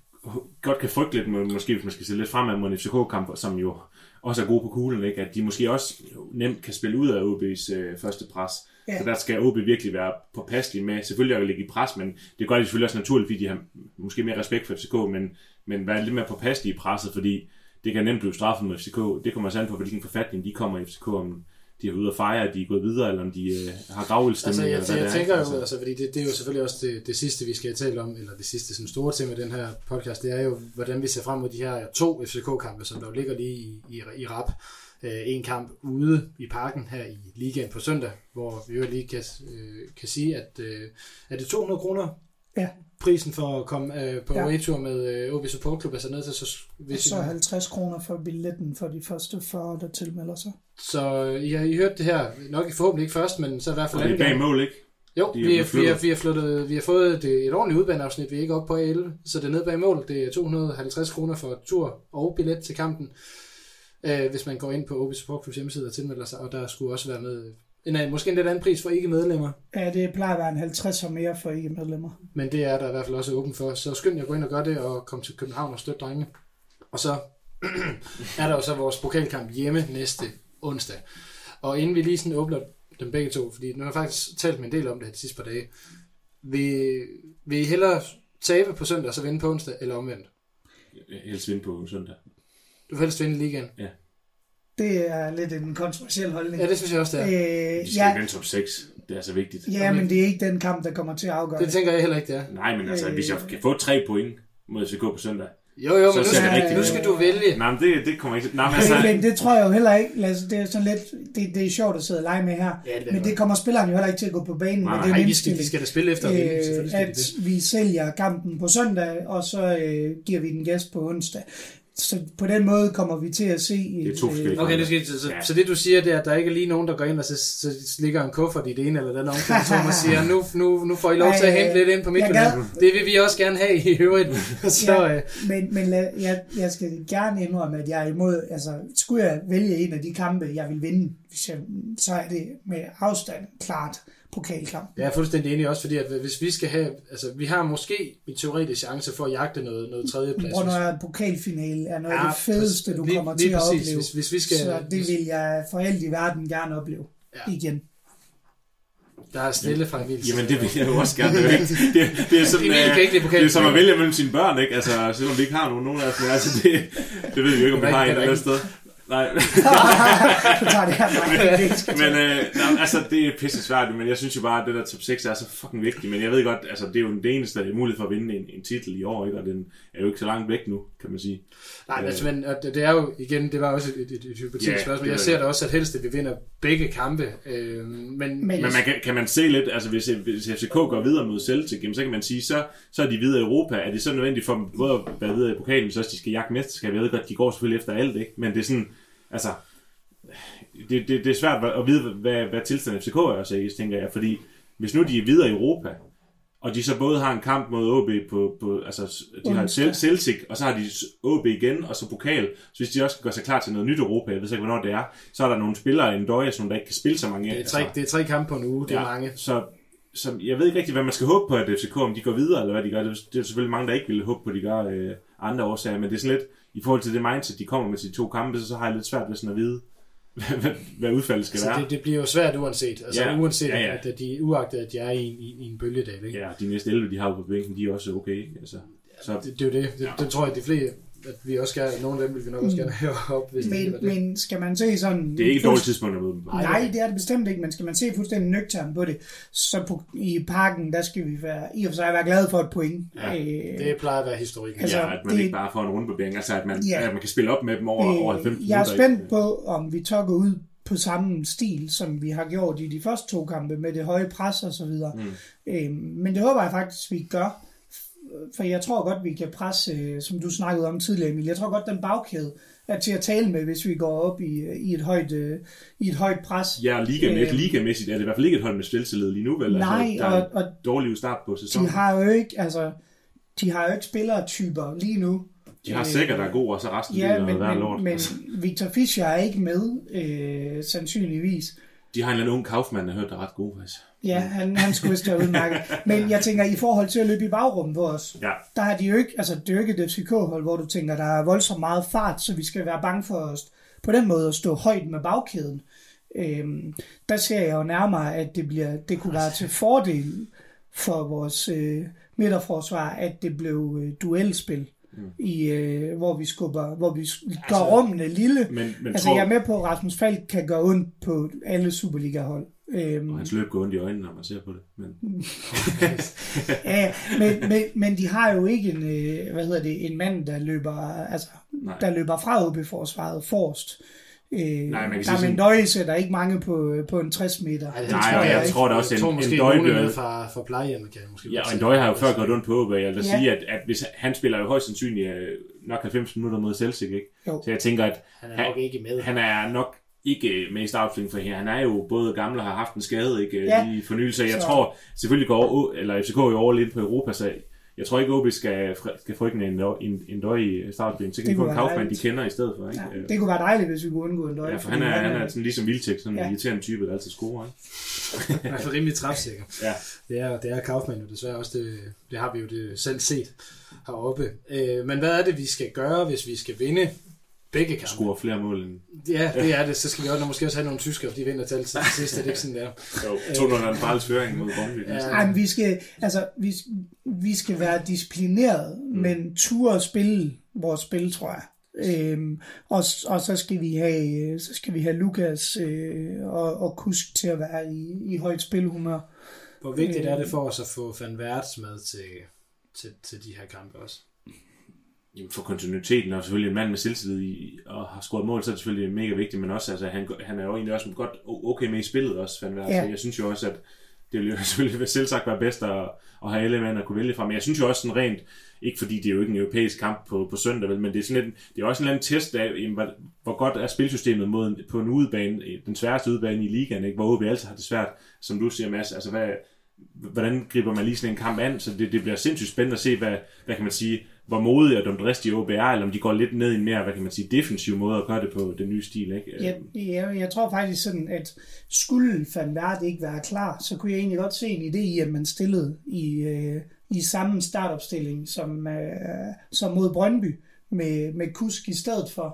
godt kan frygte lidt, måske hvis man skal se lidt fremad mod en F C K-kamp, som jo også er gode på kuglen, ikke? At de måske også nemt kan spille ud af O B's øh, første pres. Ja. Så der skal O B virkelig være påpasselig med, selvfølgelig at ligge i pres, men det gør de selvfølgelig også naturligt, fordi de har måske mere respekt for F C K, men, men være lidt mere påpasselig i presset, fordi det kan nemt blive straffet med F C K. Det kommer sammen på, hvilken forfatning de kommer i F C K, om de er ude at fejre, at de er gået videre, eller om de øh, har gravøldstemning. Altså, jeg, jeg, jeg tænker jo, altså, fordi det, det er jo selvfølgelig også det, det sidste, vi skal tale om, eller det sidste sådan store tema i den her podcast, det er jo, hvordan vi ser frem mod de her to F C K-kampe, som der jo ligger lige i, i, i rap. Øh, en kamp ude i Parken her i ligaen på søndag, hvor vi jo lige kan, øh, kan sige, at øh, er det to hundrede kroner? Ja. Prisen for at komme øh, på ja. away-tur med øh, O B Support Club, altså ned til så... Og så halvtreds kroner for billetten for de første fyrre, der tilmelder sig. Så I har I hørt det her, nok forhåbentlig ikke først, men så i hvert fald anden gang. Og det er bag mål, ikke? Jo, vi, er, vi, er, vi, er flyttet, vi har fået det, et ordentligt udbaneafsnit, vi er ikke oppe på A elleve, så det er nede bag mål. Det er to hundrede og halvtreds kroner for tur og billet til kampen, øh, hvis man går ind på O B Support Clubs hjemmeside og tilmelder sig, og der skulle også være med... En, måske en lidt anden pris for ikke-medlemmer. Ja, det plejer at være en halvtreds og mere for ikke-medlemmer. Men det er der i hvert fald også åben for. Så skynd jer at gå ind og gøre det, og komme til København og støtte drenge. Og så er der jo så vores pokalkamp hjemme næste onsdag. Og inden vi lige sådan åbner dem begge to, fordi nu har jeg faktisk talt med en del om det her de sidste par dage. Vil, vil I hellere tabe på søndag og så vinde på onsdag, eller omvendt? Helst vinde på søndag. Du vil helst vinde ligaen? Ja. Det er lidt en kontroversiel holdning. Ja, det synes jeg også, det er. Øh, de skal ja. vinde top seks. Det er så vigtigt. Ja, men det er ikke den kamp, der kommer til at afgøre. Det tænker jeg heller ikke, det er. Nej, men altså, øh, hvis jeg kan få tre point mod F C K på søndag. Jo, jo, men nu skal, nu skal du vælge. Nej, men det, det kommer ikke til. Nej, men altså... men det tror jeg jo heller ikke. Lasse, det er sådan lidt, det, det er sjovt at sidde og lege med her. Ja, det men det kommer spilleren jo heller ikke til at gå på banen. Nej, det er nej, vi skal, vi skal da spille efter øh, vinde, at vi sælger kampen på søndag, og så øh, giver vi den gas på onsdag. Så på den måde kommer vi til at se... Det er to forskellige. Okay, det skal, så, så, ja. så det du siger, det er, at der ikke er lige nogen, der går ind og så, så ligger en kuffert i det ene eller den omkring, og siger, nu, nu, nu får I lov til at hente lidt ind på midtbanen. Det vil vi også gerne have i øvrigt. Så, ja, men men jeg, jeg skal gerne indrømme, at jeg er imod... Altså, skulle jeg vælge en af de kampe, jeg vil vinde, hvis jeg, så er det med afstand klart pokalkamp. Jeg er fuldstændig enig også, fordi at hvis vi skal have, altså vi har måske en teoretisk chance for at jagte noget, noget tredjeplads. Hvor når en pokalfinale er noget ja, af det fedeste, du lige, kommer lige til præcis. at opleve. Hvis, hvis vi skal, så det vil jeg for alt i verden gerne opleve ja. igen. Der er stille fra Emil. Jamen, det vil jeg jo også gerne. Det, det, det er sådan, Emil kan ikke det er som at vælge mellem sine børn, ikke? Altså, selvom vi ikke har nogen, nogen af os, men altså, det, det ved vi jo ikke, om vi har et eller andet sted. Nej. Du tager det her, men øh, nej, altså, det er pisse svært, men jeg synes jo bare, at det der top seks er så fucking vigtigt. Men jeg ved godt, altså, det er jo det eneste, der er mulighed for at vinde en, en titel i år, ikke? Og den er jo ikke så langt væk nu, kan man sige. Nej, øh, altså, men det er jo, igen, det var også et, et, et, et hypotetisk yeah, spørgsmål. Jeg ser da også, at helst, at vi vinder begge kampe. Øh, men men, men man kan, kan man se lidt, altså hvis, hvis F C K går videre mod Celtic, så kan man sige, så, så er de videre i Europa. Er det så nødvendigt for dem både at være videre i pokalen, så også de skal jagte mesterskab? Jeg ved godt, de går selvfølgelig efter alt, ikke? Men det er sådan, altså, det, det, det er svært at vide, hvad, hvad tilstanden F C K er, så tænker jeg, fordi hvis nu de er videre i Europa, og de så både har en kamp mod O B på, på altså de har Celtic, og så har de O B igen, og så pokal, så hvis de også gør sig klar til noget nyt Europa, jeg ved ikke, hvornår det er, så er der nogle spillere, en døje, som der ikke kan spille så mange af. Det er tre, altså, det er tre kampe på en uge, det er ja, mange. Så, så jeg ved ikke rigtig, hvad man skal håbe på, at F C K, om de går videre, eller hvad de gør. Det er selvfølgelig mange, der ikke ville håbe på, at de gør øh, andre årsager, men det er sådan lidt, i forhold til det mindset, de kommer med de to kampe, så har jeg lidt svært ved sådan at vide, hvad, hvad udfaldet skal altså, være. Det, det bliver jo svært uanset. Altså ja, uanset, ja, ja. At de uagtet, at de er i, i, i en bølgedal. Ikke? Ja, de næste elleve, de har på bænken, de er også okay. Altså, så. Ja, det, det er jo det. Det, ja. det tror jeg, at de flere, at vi også gerne, nogle af dem vil vi nok også gerne høre op, hvis men, det det. Men skal man se sådan... Det er ikke et dårligt tidspunkt at møde dem. Nej, det er det bestemt ikke, men skal man se fuldstændig nøgtern på det, så på, i parken, der skal vi være, i og for sig være glade for et point. Ja, øh, det plejer at være historik. Altså, ja, at man det, ikke bare får en rundbarbering, altså at man, ja, at man kan spille op med dem over, øh, over halvfems minutter. Jeg er spændt på, om vi tør gå ud på samme stil, som vi har gjort i de første to kampe, med det høje pres og så videre. Mm. Øhm, men det håber jeg faktisk, vi gør. For jeg tror godt, vi kan presse, som du snakkede om tidligere, Emil. Jeg tror godt, den bagkæde er til at tale med, hvis vi går op i, i, et, højt, i et højt pres. Ja, ligamæssigt, øhm, ligamæssigt er det i hvert fald ikke et hold med spiltillid lige nu, vel? Nej, altså, der og, er og dårlig start på sæsonen. De har jo ikke, altså, de har jo ikke spillertyper lige nu. De har sikkert, der er god, og så resten ja, bliver men, noget lort. Men Victor Fischer er ikke med, øh, sandsynligvis. De har en eller anden ung Kaufmann, der har hørt, der er ret god, faktisk. Ja, han, han skulle vist have udmærket. Men jeg tænker, i forhold til at løbe i bagrummet på os, ja, der har de jo ikke, altså det er jo ikke et F C K-hold, hvor du tænker, der er voldsomt meget fart, så vi skal være bange for os på den måde at stå højt med bagkæden. Øhm, der ser jeg jo nærmere, at det, bliver, det kunne være til fordel for vores øh, midterforsvar, at det blev øh, duelspil. Mm. I, øh, hvor vi skubber, hvor vi gør altså, rummene lille. Men, men altså, tror... jeg er med på, at Rasmus Falk kan gøre ondt på alle Superliga-hold. Øhm... Og hans løb går ondt i øjnene, når man ser på det. Men, ja, men, men, men de har jo ikke en, øh, hvad hedder det, en mand, der løber, altså, der løber fra O B-forsvaret forrest. Øh, Nej, der er en døje sætter ikke mange på, på en tres meter. Ej, Nej, og jeg, jeg tror da også, en, en døje bliver... fra, fra plejehjemmet kan jeg måske... Ja, og en døje har jo før gået ondt på, hvad jeg vil ja. sige, at, at hvis han spiller jo højst sandsynligt nok halvfems minutter mod Celtic, ikke? Jo. Så jeg tænker, at han er nok ikke med. Han er nok ikke med i startopstillingen for her. Han er jo både gammel og har haft en skade, ikke? Ja. I fornyelse. Jeg så. tror selvfølgelig går eller F C K jo all in på Europa, så jeg tror ikke, O B skal, skal frygte en, en, en døj i startopstillingen. Så kan de få en Kaufmann, de kender i stedet for. Ikke? Ja, det kunne være dejligt, hvis vi kunne undgå en døj. Ja, for han er, han er sådan ligesom Vildtæk, sådan en ja. irriterende type, der altid scorer. Han er rimelig træfsikker. Ja. Det er, det er Kaufmann jo desværre også. Det, det har vi jo det selv set heroppe. Øh, men hvad er det, vi skal gøre, hvis vi skal vinde begge kampe? Score flere mål end... Ja, det er det. Så skal vi også, måske også have nogle tyskere, for de vinder til altid. Det sidste er det ikke sådan der. Jo, to nul er en farlig føring mod Brøndby. Ja. Ej, men vi skal, altså, vi, vi skal være disciplineret, mm. men ture at spille vores spil, tror jeg. Øhm, og, og så skal vi have, så skal vi have Lukas øh, og, og Kusk til at være i, i højt spilhumør. Hvor vigtigt er det for os at få Van Werts med til, til, til de her kampe også? For kontinuiteten, og selvfølgelig en mand med selvtillid i, og har scoret mål, så er det selvfølgelig mega vigtigt, men også, altså, han, han er jo egentlig også godt okay med i spillet også, Van Werts. Ja. Jeg synes jo også, at det ville jo selvfølgelig selv sagt være bedst at, at have alle mænd at kunne vælge fra, men jeg synes jo også sådan rent, ikke fordi det er jo ikke en europæisk kamp på, på søndag, vel, men det er, sådan et, det er også en eller anden test af, hvor, hvor godt er spilsystemet mod, på en udebane, den sværeste udebane i ligaen, ikke? Hvor O B altid har det svært, som du siger, Mads, altså hvad, hvordan griber man lige sådan en kamp an, så det, det bliver sindssygt spændende at se, hvad, hvad kan man sige, hvor modige og dumdristige O B er, eller om de går lidt ned i en mere, hvad kan man sige, defensiv måde at gøre det på den nye stil, ikke? Ja, jeg, jeg tror faktisk sådan, at skulle Van Wert ikke være klar, så kunne jeg egentlig godt se en idé i, at man stillede i, øh, i samme startopstilling som, øh, som mod Brøndby, med, med Kusk i stedet for.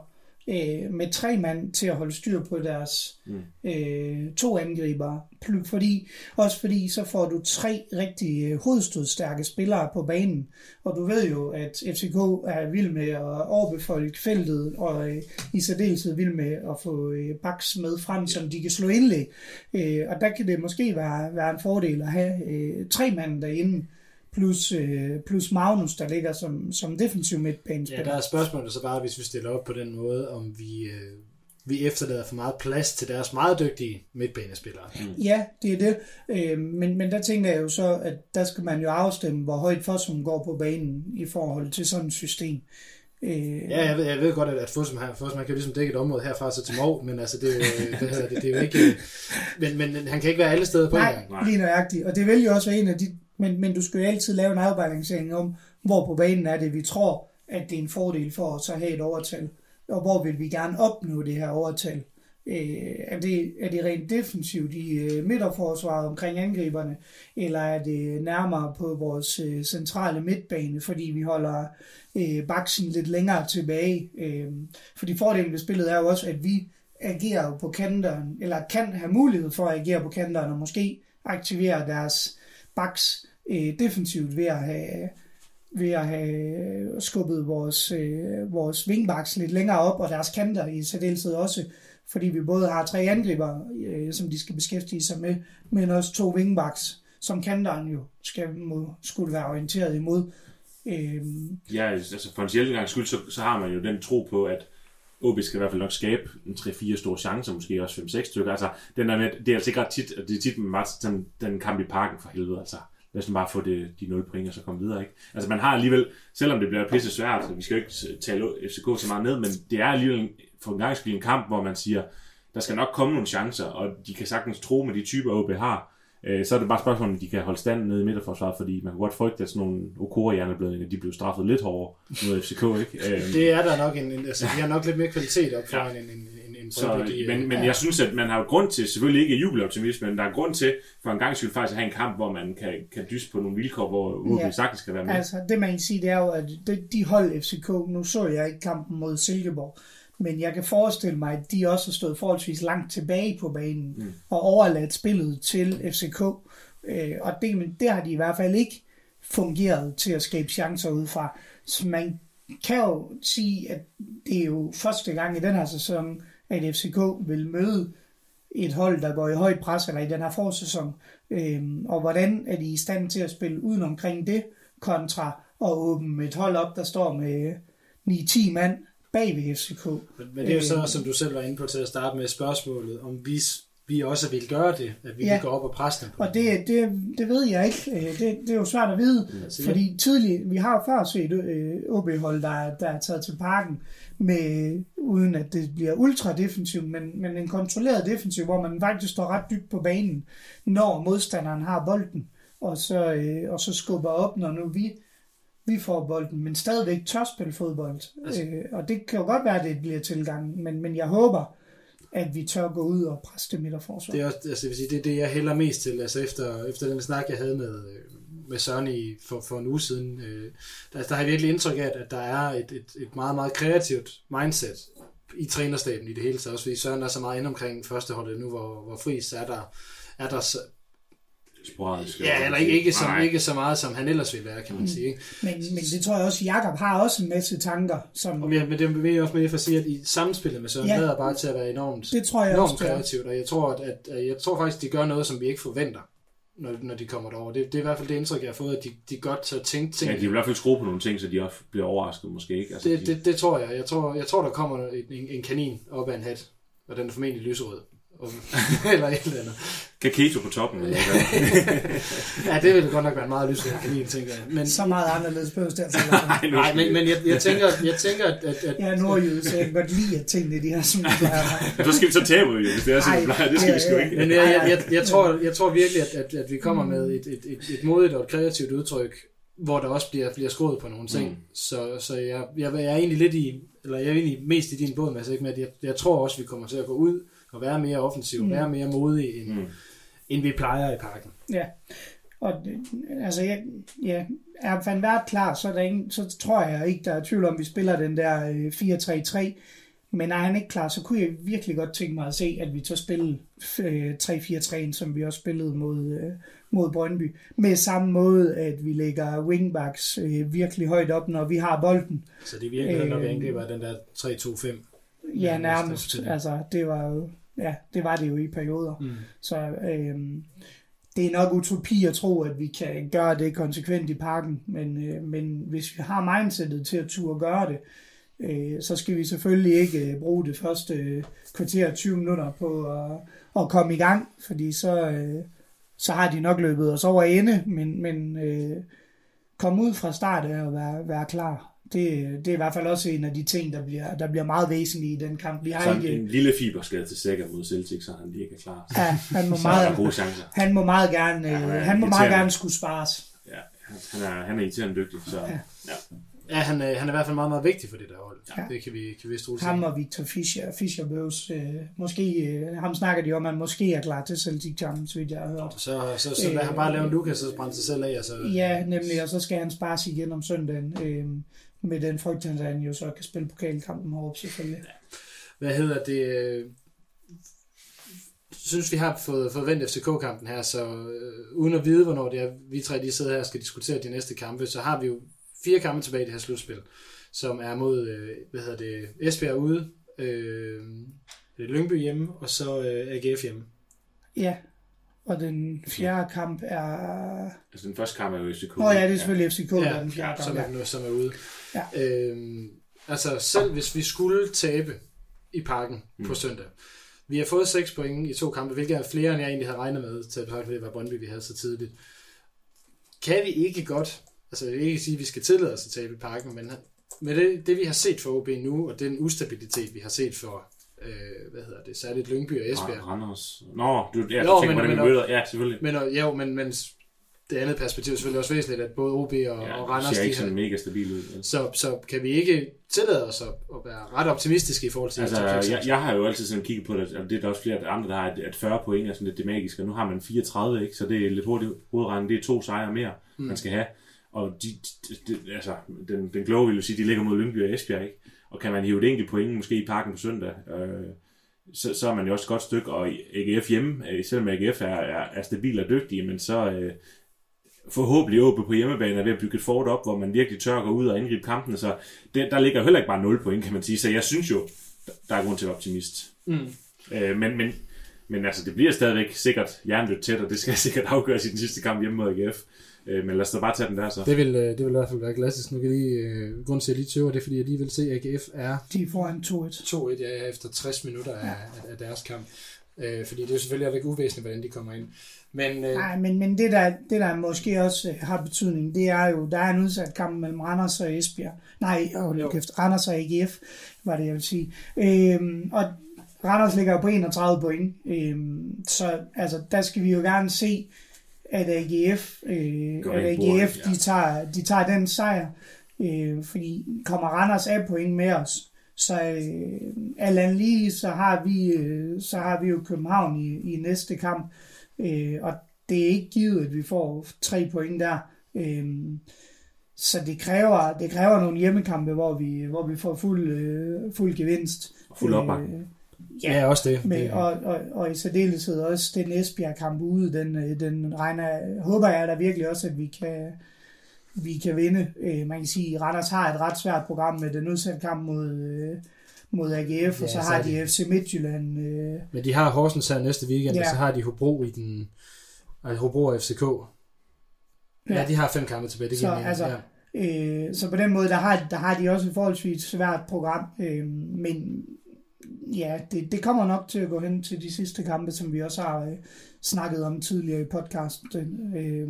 øh, med tre mand til at holde styr på deres mm. øh, to angriber. Fordi, også fordi så får du tre rigtig øh, hovedstødstærke spillere på banen. Og du ved jo, at F C K er vild med at overbefolke feltet, og øh, i særdeleshed vild med at få øh, backs med frem, som de kan slå indlæg. Øh, og der kan det måske være, være en fordel at have øh, tre mand derinde, plus, øh, plus Magnus, der ligger som, som defensiv midtbanespiller. Ja, der er spørgsmålet så bare, hvis vi stiller op på den måde, om vi, øh, vi efterlader for meget plads til deres meget dygtige midtbanespillere. Mm. Ja, det er det. Øh, men, men der tænker jeg jo så, at der skal man jo afstemme, hvor højt Fossum går på banen i forhold til sådan et system. Øh, ja, jeg ved, jeg ved godt, at Fossum her, Fossum, han kan jo ligesom dække et område herfra så til Mov, men altså, det, det, det, det er jo ikke... Men, men han kan ikke være alle steder på en gang. Nej, lige nøjagtigt. Og det vil jo også være en af de... Men, men du skal jo altid lave en afbalancering om, hvor på banen er det, vi tror, at det er en fordel for os at have et overtal. Og hvor vil vi gerne opnå det her overtal. Øh, er, det, er det rent defensivt i øh, midterforsvaret omkring angriberne, eller er det nærmere på vores øh, centrale midtbane, fordi vi holder øh, baksen lidt længere tilbage. Øh, fordi fordelen ved spillet er jo også, at vi agerer på kanterne, eller kan have mulighed for at agere på kanterne, og måske aktivere deres backs øh, defensivt ved at have, ved at have skubbet vores, øh, vores wingbacks lidt længere op, og deres kanter i særdeleshed også, fordi vi både har tre angriber, øh, som de skal beskæftige sig med, men også to wingbacks, som kanteren jo skal, må, skulle være orienteret imod. Øh, ja, altså for en sjældent gang skyld, så, så har man jo den tro på, at O B skal i hvert fald nok skabe en tre fire store chancer, måske også fem seks stykker. Altså, den der med, det er altså ikke ret tit, og det er tit med den, den kamp i parken for helvede, altså. Lad os bare få det, de nul point og så komme videre, ikke? Altså, man har alligevel, selvom det bliver pisse svært, så vi skal jo ikke tale F C K så meget ned, men det er alligevel for en gang spille en kamp, hvor man siger, der skal nok komme nogle chancer, og de kan sagtens tro med de typer, O B har. Så er det bare spørgsmål, om de kan holde stand nede i midterforsvaret, fordi man kan godt frygte, at sådan nogle Okora-hjerneblødninger, de blev straffet lidt hårdere mod F C K, ikke? Det er der nok en, en altså, de har nok lidt mere kvalitet op foran ja. en, en, en, en så, men, men jeg synes, at man har jo grund til, selvfølgelig ikke jubeloptimisme, men der er grund til, for en gang skyld faktisk at have en kamp, hvor man kan, kan dyste på nogle vilkår, hvor O B ja. sagtens skal være med. Altså, det man kan sige, det er jo, at de hold F C K, nu så jeg ikke kampen mod Silkeborg, men jeg kan forestille mig, at de også har stået forholdsvis langt tilbage på banen mm. og overladt spillet til F C K. Øh, og det, det har de i hvert fald ikke fungeret til at skabe chancer udefra. Så man kan jo sige, at det er jo første gang i den her sæson, at F C K vil møde et hold, der går i højt pres, eller i den her forsæson. Øh, og hvordan er de i stand til at spille uden omkring det, kontra at åbne et hold op, der står med ni ti mand bag ved F C K. Men, men det er jo så, som du selv var inde på til at starte med spørgsmålet, om vi, vi også vil gøre det, at vi ja. kan gå op og presse dem på. Og det, det, det ved jeg ikke. Det, det er jo svært at vide, ja, fordi tidligt, vi har jo før set uh, O B-hold, der, der er taget til parken, med, uden at det bliver ultra defensivt, men, men en kontrolleret defensiv, hvor man faktisk står ret dybt på banen, når modstanderen har bolden, og så, uh, og så skubber op, når nu vi vi får bolden, men stadigvæk tør spille fodbold. Altså, øh, og det kan jo godt være, at det bliver tilgang, men, men jeg håber, at vi tør gå ud og presse det midterforsvar. Det er også, altså, jeg vil sige, det er det, jeg hælder mest til. Altså efter, efter den snak, jeg havde med, med Søren i, for, for en uge siden, øh, der, der har jeg virkelig indtryk af, at der er et, et, et meget, meget kreativt mindset i trænerstaben i det hele taget. Også fordi Søren er så meget inde omkring førsteholdet nu, hvor, hvor Friis er der, er der så, sporadisk. Ja, eller ikke, ikke, som, ikke så meget, som han ellers ville være, kan man sige. Ikke? Men, men det tror jeg også, Jakob har også en masse tanker. Som... Og ja, men det vil jeg også med for at sige, at i samspillet med Søren ja, lader bare til at være enormt, det tror jeg enormt også, kreativt, og jeg tror, at, at, jeg tror faktisk, de gør noget, som vi ikke forventer, når, når de kommer derover. Det, det er i hvert fald det indtryk, jeg har fået, at de, de godt tør tænke ting. Ja, de vil i hvert fald skrue på nogle ting, så de også bliver overrasket måske ikke. Altså, det, de... det, det tror jeg. Jeg tror, jeg tror der kommer en, en kanin op af en hat, og den er formentlig lyserød. eller et eller andet. Kaketo på toppen. Eller ja, det ville godt nok være en meget lysere kanin, tænker jeg. Men, så meget anderledes behøves det altså. Nej, men, men jeg, jeg tænker, jeg tænker at... at, at jeg er nordjyde, så jeg kan godt lide, at tingene de her som plejer. Så skal vi så tabe jo, hvis det er sådan, plejer. Det skal vi sgu ikke. Men jeg, jeg, jeg, jeg, tror, jeg tror virkelig, at, at, at vi kommer med et, et, et, et modigt og et kreativt udtryk, hvor der også bliver, bliver skruet på nogle ting. Mm. Så, så jeg, jeg, jeg er egentlig lidt i, eller jeg er egentlig mest i din båd, Mads, ikke? Med, at jeg, jeg tror også, vi kommer til at gå ud og være mere offensiv, mm. være mere modige, end, mm. end vi plejer i parken. Ja, og altså, jeg, ja, er Van Vært klar, så, er der ingen, så tror jeg ikke, der er tvivl om, vi spiller den der øh, fire tre tre, Men er han ikke klar, så kunne jeg virkelig godt tænke mig at se, at vi tager spille øh, tre fire tre, som vi også spillede mod, øh, mod Brøndby. Med samme måde, at vi lægger wingbacks øh, virkelig højt op, når vi har bolden. Så det virkelig, øh, når vi angriber den der tre to fem. Ja, nærmest. Altså, det var jo, ja, det var det jo i perioder. Mm. Så øh, det er nok utopi at tro, at vi kan gøre det konsekvent i Parken, men, øh, men hvis vi har mindsetet til at turde gøre det, øh, så skal vi selvfølgelig ikke bruge det første øh, kvarter tyve minutter på at, at komme i gang, fordi så, øh, så har de nok løbet os over ende, men, men øh, komme ud fra start og være, være klar. Det, det er i hvert fald også en af de ting, der bliver, der bliver meget væsentlige i den kamp. Vi har så ikke... en lille fiberskade til Sækker mod Celtic, så han lige ikke er klar. Ja, han må meget, han må meget gerne, ja, han, han må meget gerne skulle spares. Ja, han er, han er irriterende dygtig. Så, ja. Ja. Ja, han, han er i hvert fald meget, meget vigtig for det der hold. Ja. Det kan vi, kan vi stole ham og Victor Fischer, Fischer Bøvs, øh, måske, øh, ham snakker de om, at han måske er klar til Celtic-kampen, så vidt jeg har hørt. Så, så, så lad øh, han bare lave en Lukas og brænde sig selv af. Og så... Ja, nemlig, og så skal han spares igen om søndagen, øh, med den frygt, at han jo så kan spille pokalkampen heroppe selvfølgelig. Ja. Hvad hedder det? Synes vi har fået forventet F C K-kampen her, så øh, uden at vide, hvornår det er, vi tre de sidder her og skal diskutere de næste kampe, så har vi jo fire kampe tilbage i det her slutspil, som er mod, øh, hvad hedder det, Esbjerg ude, øh, Lyngby hjemme, og så øh, A G F hjemme. Ja, og den fjerde kamp er... Altså den første kamp er jo F C K. Åh oh, ja, det er selvfølgelig ja. F C K, ja, der er den fjerde ja, kamp. Som er, ja. som er ude. Ja. Øh, altså selv hvis vi skulle tabe i Parken mm. på søndag, vi har fået seks point i to kampe, hvilket er flere, end jeg egentlig havde regnet med, til at det var Brøndby, vi havde så tidligt. Kan vi ikke godt... Altså, jeg vil ikke sige, at vi skal tillade os at tabe i Parken, men med det, det vi har set for O B nu, og den ustabilitet, vi har set for, øh, hvad hedder det, særligt Lyngby og Esbjerg. Randers. Nå, du, ja, jo, du tænker, men, hvordan vi møder. Ja, selvfølgelig. Men, og, jo, men, men det andet perspektiv er selvfølgelig også væsentligt, at både O B og, ja, og Randers... ser ikke sådan mega stabil ud. Ja. Så, så kan vi ikke tillade os at, at være ret optimistiske i forhold til... Altså, jeg, jeg har jo altid sådan kigget på det, og det er der også flere andre, der har, at fyrre point er sådan lidt det magiske, og nu har man fireogtredive, ikke? Så det er lidt hurtigt hovedregnet, det er to sejre mere, mm. man skal have. Og de, de, de, altså, den, den kloge vil jo sige, de ligger mod Lyngby og Esbjerg, ikke? Og kan man hive et enkelt point, måske i Parken på søndag, øh, så, så er man jo også et godt stykke. Og A G F hjemme, selvom A G F er, er, er stabil og dygtig, men så øh, forhåbentlig åbent på hjemmebane er ved at bygge et fort op, hvor man virkelig tør at gå ud og angribe kampene. Så det, der ligger heller ikke bare nul point, kan man sige. Så jeg synes jo, der er grund til at være optimist. Mm. Øh, men, men, men altså, det bliver stadigvæk sikkert jerndødt tæt, og det skal sikkert afgøres i den sidste kamp hjemme mod A G F. Men lad os da bare tage den der så. Det vil, det vil i hvert fald være klassisk. Nu kan lige, uh, grunden til at jeg lige tøver, det er fordi, jeg lige vil se, at A G F er... De får en to et. to et, ja, efter tres minutter af, ja. af deres kamp. Uh, fordi det er jo selvfølgelig ikke uvæsentligt, hvordan de kommer ind. Men, uh... Nej, men, men det, der, det der måske også har betydning, det er jo, der er en udsat kamp mellem Randers og Esbjerg. Nej, oh, kæft, Randers og A G F, var det jeg vil sige. Øhm, og Randers ligger jo på enogtredive point. Øhm, så altså, der skal vi jo gerne se, at A G F, øh, at A G F de, tager, de tager den sejr, øh, fordi kommer Randers af point med os, så øh, alt andet lige, så har vi, øh, så har vi jo København i, i næste kamp, øh, og det er ikke givet, at vi får tre point der, øh, så det kræver, det kræver nogle hjemmekampe, hvor vi, hvor vi får fuld, øh, fuld gevinst. Fuld opbakning. Øh, Ja, ja, også det. Med, og, og, og i særdeleshed også den Esbjerg-kamp ude, den, den regner, håber jeg da virkelig også, at vi kan, vi kan vinde. Man kan sige, at Randers har et ret svært program med den udsatte kamp mod, mod A G F, ja, og så, så har de F C Midtjylland. Men de har Horsens her næste weekend, ja. Og så har de Hobro i den, altså Hobro og F C K. Ja, ja, de har fem kampe tilbage. Det så, altså, ja. øh, så på den måde, der har, der har de også et forholdsvis svært program, øh, men ja, det, det kommer nok til at gå hen til de sidste kampe, som vi også har øh, snakket om tidligere i podcasten. Øh,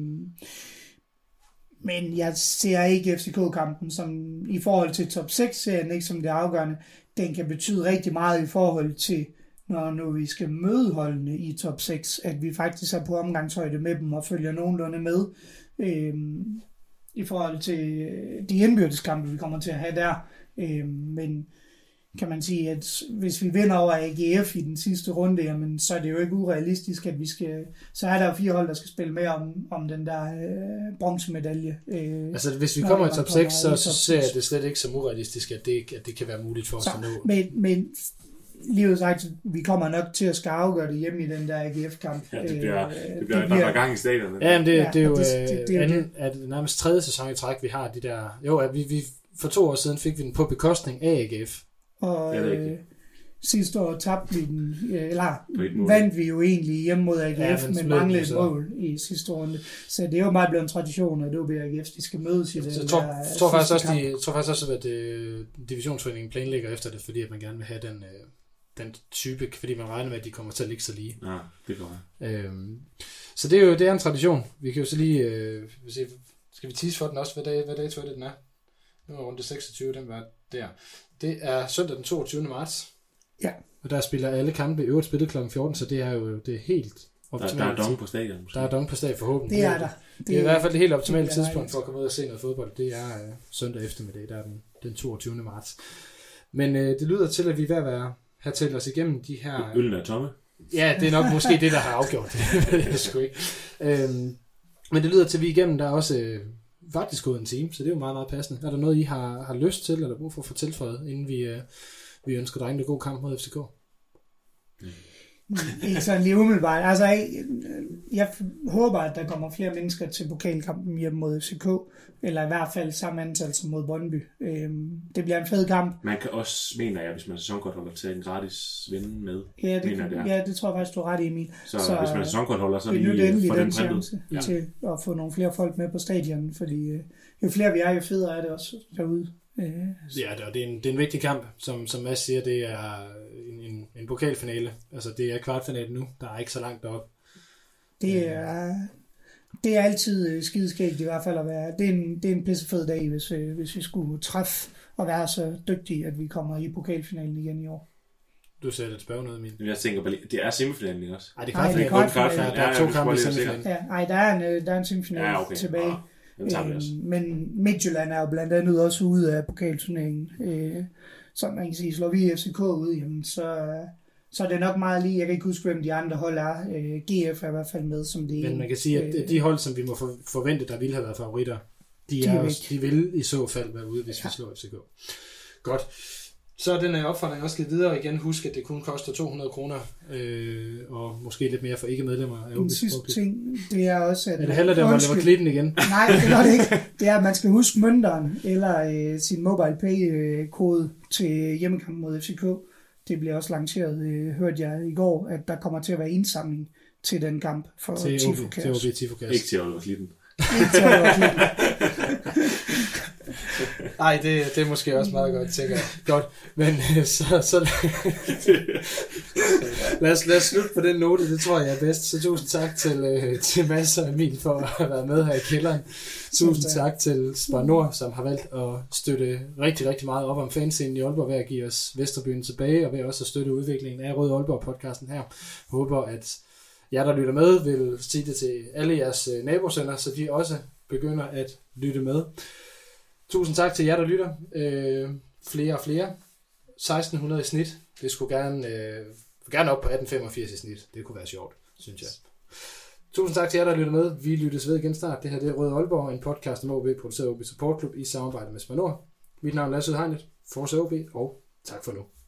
men jeg ser ikke F C K-kampen som i forhold til top seks-serien, ikke som det afgørende. Den kan betyde rigtig meget i forhold til, når nu vi skal møde holdene i top seks, at vi faktisk er på omgangshøjde med dem og følger nogenlunde med øh, i forhold til de indbyrdeskampe, vi kommer til at have der. Øh, men kan man sige, at hvis vi vinder over A G F i den sidste runde, jamen, så er det jo ikke urealistisk, at vi skal... Så er der jo fire hold, der skal spille med om, om den der øh, bronzemedalje. Øh, altså, hvis vi kommer i top seks, så, så ser jeg det slet ikke som urealistisk, at det, at det kan være muligt for os så, at nå. Men, men lige sagt, vi kommer nok til at skal afgøre det hjemme i den der A G F-kamp. Ja, det bliver, øh, det bliver, det bliver der gang i stadion. Ja, men det, ja, det er jo det, det, det, anden, det. at nærmest tredje sæson i træk, vi har de der... Jo, at vi, vi for to år siden fik vi den på bekostning af A G F. Og øh, sidste år tabte vi den, eller mål. vandt vi jo egentlig hjemme mod A G F, ja, men, men manglede et mål i sidste runde. Så det er jo meget blevet en tradition, at det var A G F, de skal mødes i det. Jeg tror, der, tror faktisk også, de, tror faktisk også, at det, divisionsforeningen planlægger efter det, fordi at man gerne vil have den, den type, fordi man regner med, at de kommer til at ligge så lige. Ja, det går øhm, Så det er jo det er en tradition. Vi kan jo så lige... Øh, skal vi tease for den også? Hvad dag, hvad dag tror jeg, den er? Nu er rundt seksogtyve, den var der. Det er søndag den toogtyvende marts. Ja. Og der spiller alle kampe i øvrigt spillet klokken fjorten, så det er jo det er helt optimalt. Der, der er dong på stadion. Måske. Der er dong på stadion forhåbentlig. Det er der. Det, det er i hvert fald det helt optimale det tidspunkt for at komme ud og se noget fodbold. Det er øh, søndag eftermiddag, der er den, den toogtyvende marts. Men øh, det lyder til, at vi er ved at være her til os igennem de her... Øllen er tomme. Ja, det er nok måske det, der har afgjort det. Det er sgu ikke. Øhm, men det lyder til, at vi er igennem. Der er også... Øh, faktisk gået en time, så det er jo meget, meget passende. Er der noget, I har, har lyst til, eller brug for at få tilføjet, inden vi, øh, vi ønsker drengene god kamp mod F C K? Mm. Ikke sådan lige umiddelbart. Altså, jeg, jeg håber, at der kommer flere mennesker til pokalkampen hjemme mod F C K, eller i hvert fald samme antal som mod Brøndby. Øhm, det bliver en fed kamp. Man kan også, mener jeg, hvis man er sæsonkortholder, tage en gratis ven med. Ja, det, mener, kan, det ja, det tror jeg faktisk, du er ret, Emil. Så, så hvis man er sæsonkortholder, så lige for den den chance ja. til at få nogle flere folk med på stadion, fordi jo flere vi er, jo federe er det også derude. Ja, det er, en, det er en vigtig kamp, som, som Mads siger, det er en, en, en pokalfinale. Altså, det er kvartfinale nu, der er ikke så langt derop. Det er, det er altid skideskægt i hvert fald at være. Det er en, det er en pissefed dag, hvis, hvis vi skulle træffe og være så dygtige, at vi kommer i pokalfinalen igen i år. Du ser lidt spørge noget, Emil. Jeg tænker bare, det er semifinalen, ikke også? Ej, det er kvartfinalen. kvartfinalen. Der er to kampe i semifinalen. Ja, ej, der er en, der er en semifinale ja, okay. tilbage. Ah. Øh, men Midtjylland er jo blandt andet også ude af pokalturneringen. Øh, så man kan sige, slår vi F C K ud, jamen, så, så er det nok meget lige. Jeg kan ikke huske, hvem de andre hold er. Øh, G F er i hvert fald med som det. Men man kan sige, at de hold, som vi må forvente, der ville have været favoritter, de, de, er også, de vil i så fald være ude, hvis ja. vi slår F C K. Godt. Så er den her opfordring også givet videre igen. Husk, at det kun koster to hundrede kroner, øh, og måske lidt mere for ikke-medlemmer af O B. Den sidste ting, det er også... At er det heller der, hvor det var klitten igen? Nej, det er det ikke. Det er, at man skal huske mønteren eller øh, sin MobilePay-kode til hjemmekampen mod F C K. Det bliver også lanceret, øh, hørte jeg i går, at der kommer til at være indsamling til den kamp for Tifo Kaos. Til O B Tifo Kaos. Ikke til Oliver Klitten. Ikke til Oliver Klitten. Ej, det, det er måske også meget godt, tænker jeg. Godt, men så, så lad, os, lad os slutte på den note, det tror jeg er bedst. Så tusind tak til, til Mads og Emil for at have været med her i kælderen. Tusind tak til Spar Nord, som har valgt at støtte rigtig, rigtig meget op om fanscenen i Aalborg ved at give os Vesterbyen tilbage, og ved også at støtte udviklingen af Røde Aalborg-podcasten her. Jeg håber, at jer, der lytter med, vil sige det til alle jeres nabosender, så de også begynder at lytte med. Tusind tak til jer, der lytter. Øh, flere og flere. seksten hundrede i snit. Det skulle gerne, øh, gerne op på atten femogfirs i snit. Det kunne være sjovt, synes jeg. Tusind tak til jer, der lytter med. Vi lyttes ved igen snart. Det her det er Røde Aalborg, en podcast om O B, produceret af O B Support Club i samarbejde med Spar Nord. Mit navn er Lasse Hegnet. Forza O B, og tak for nu.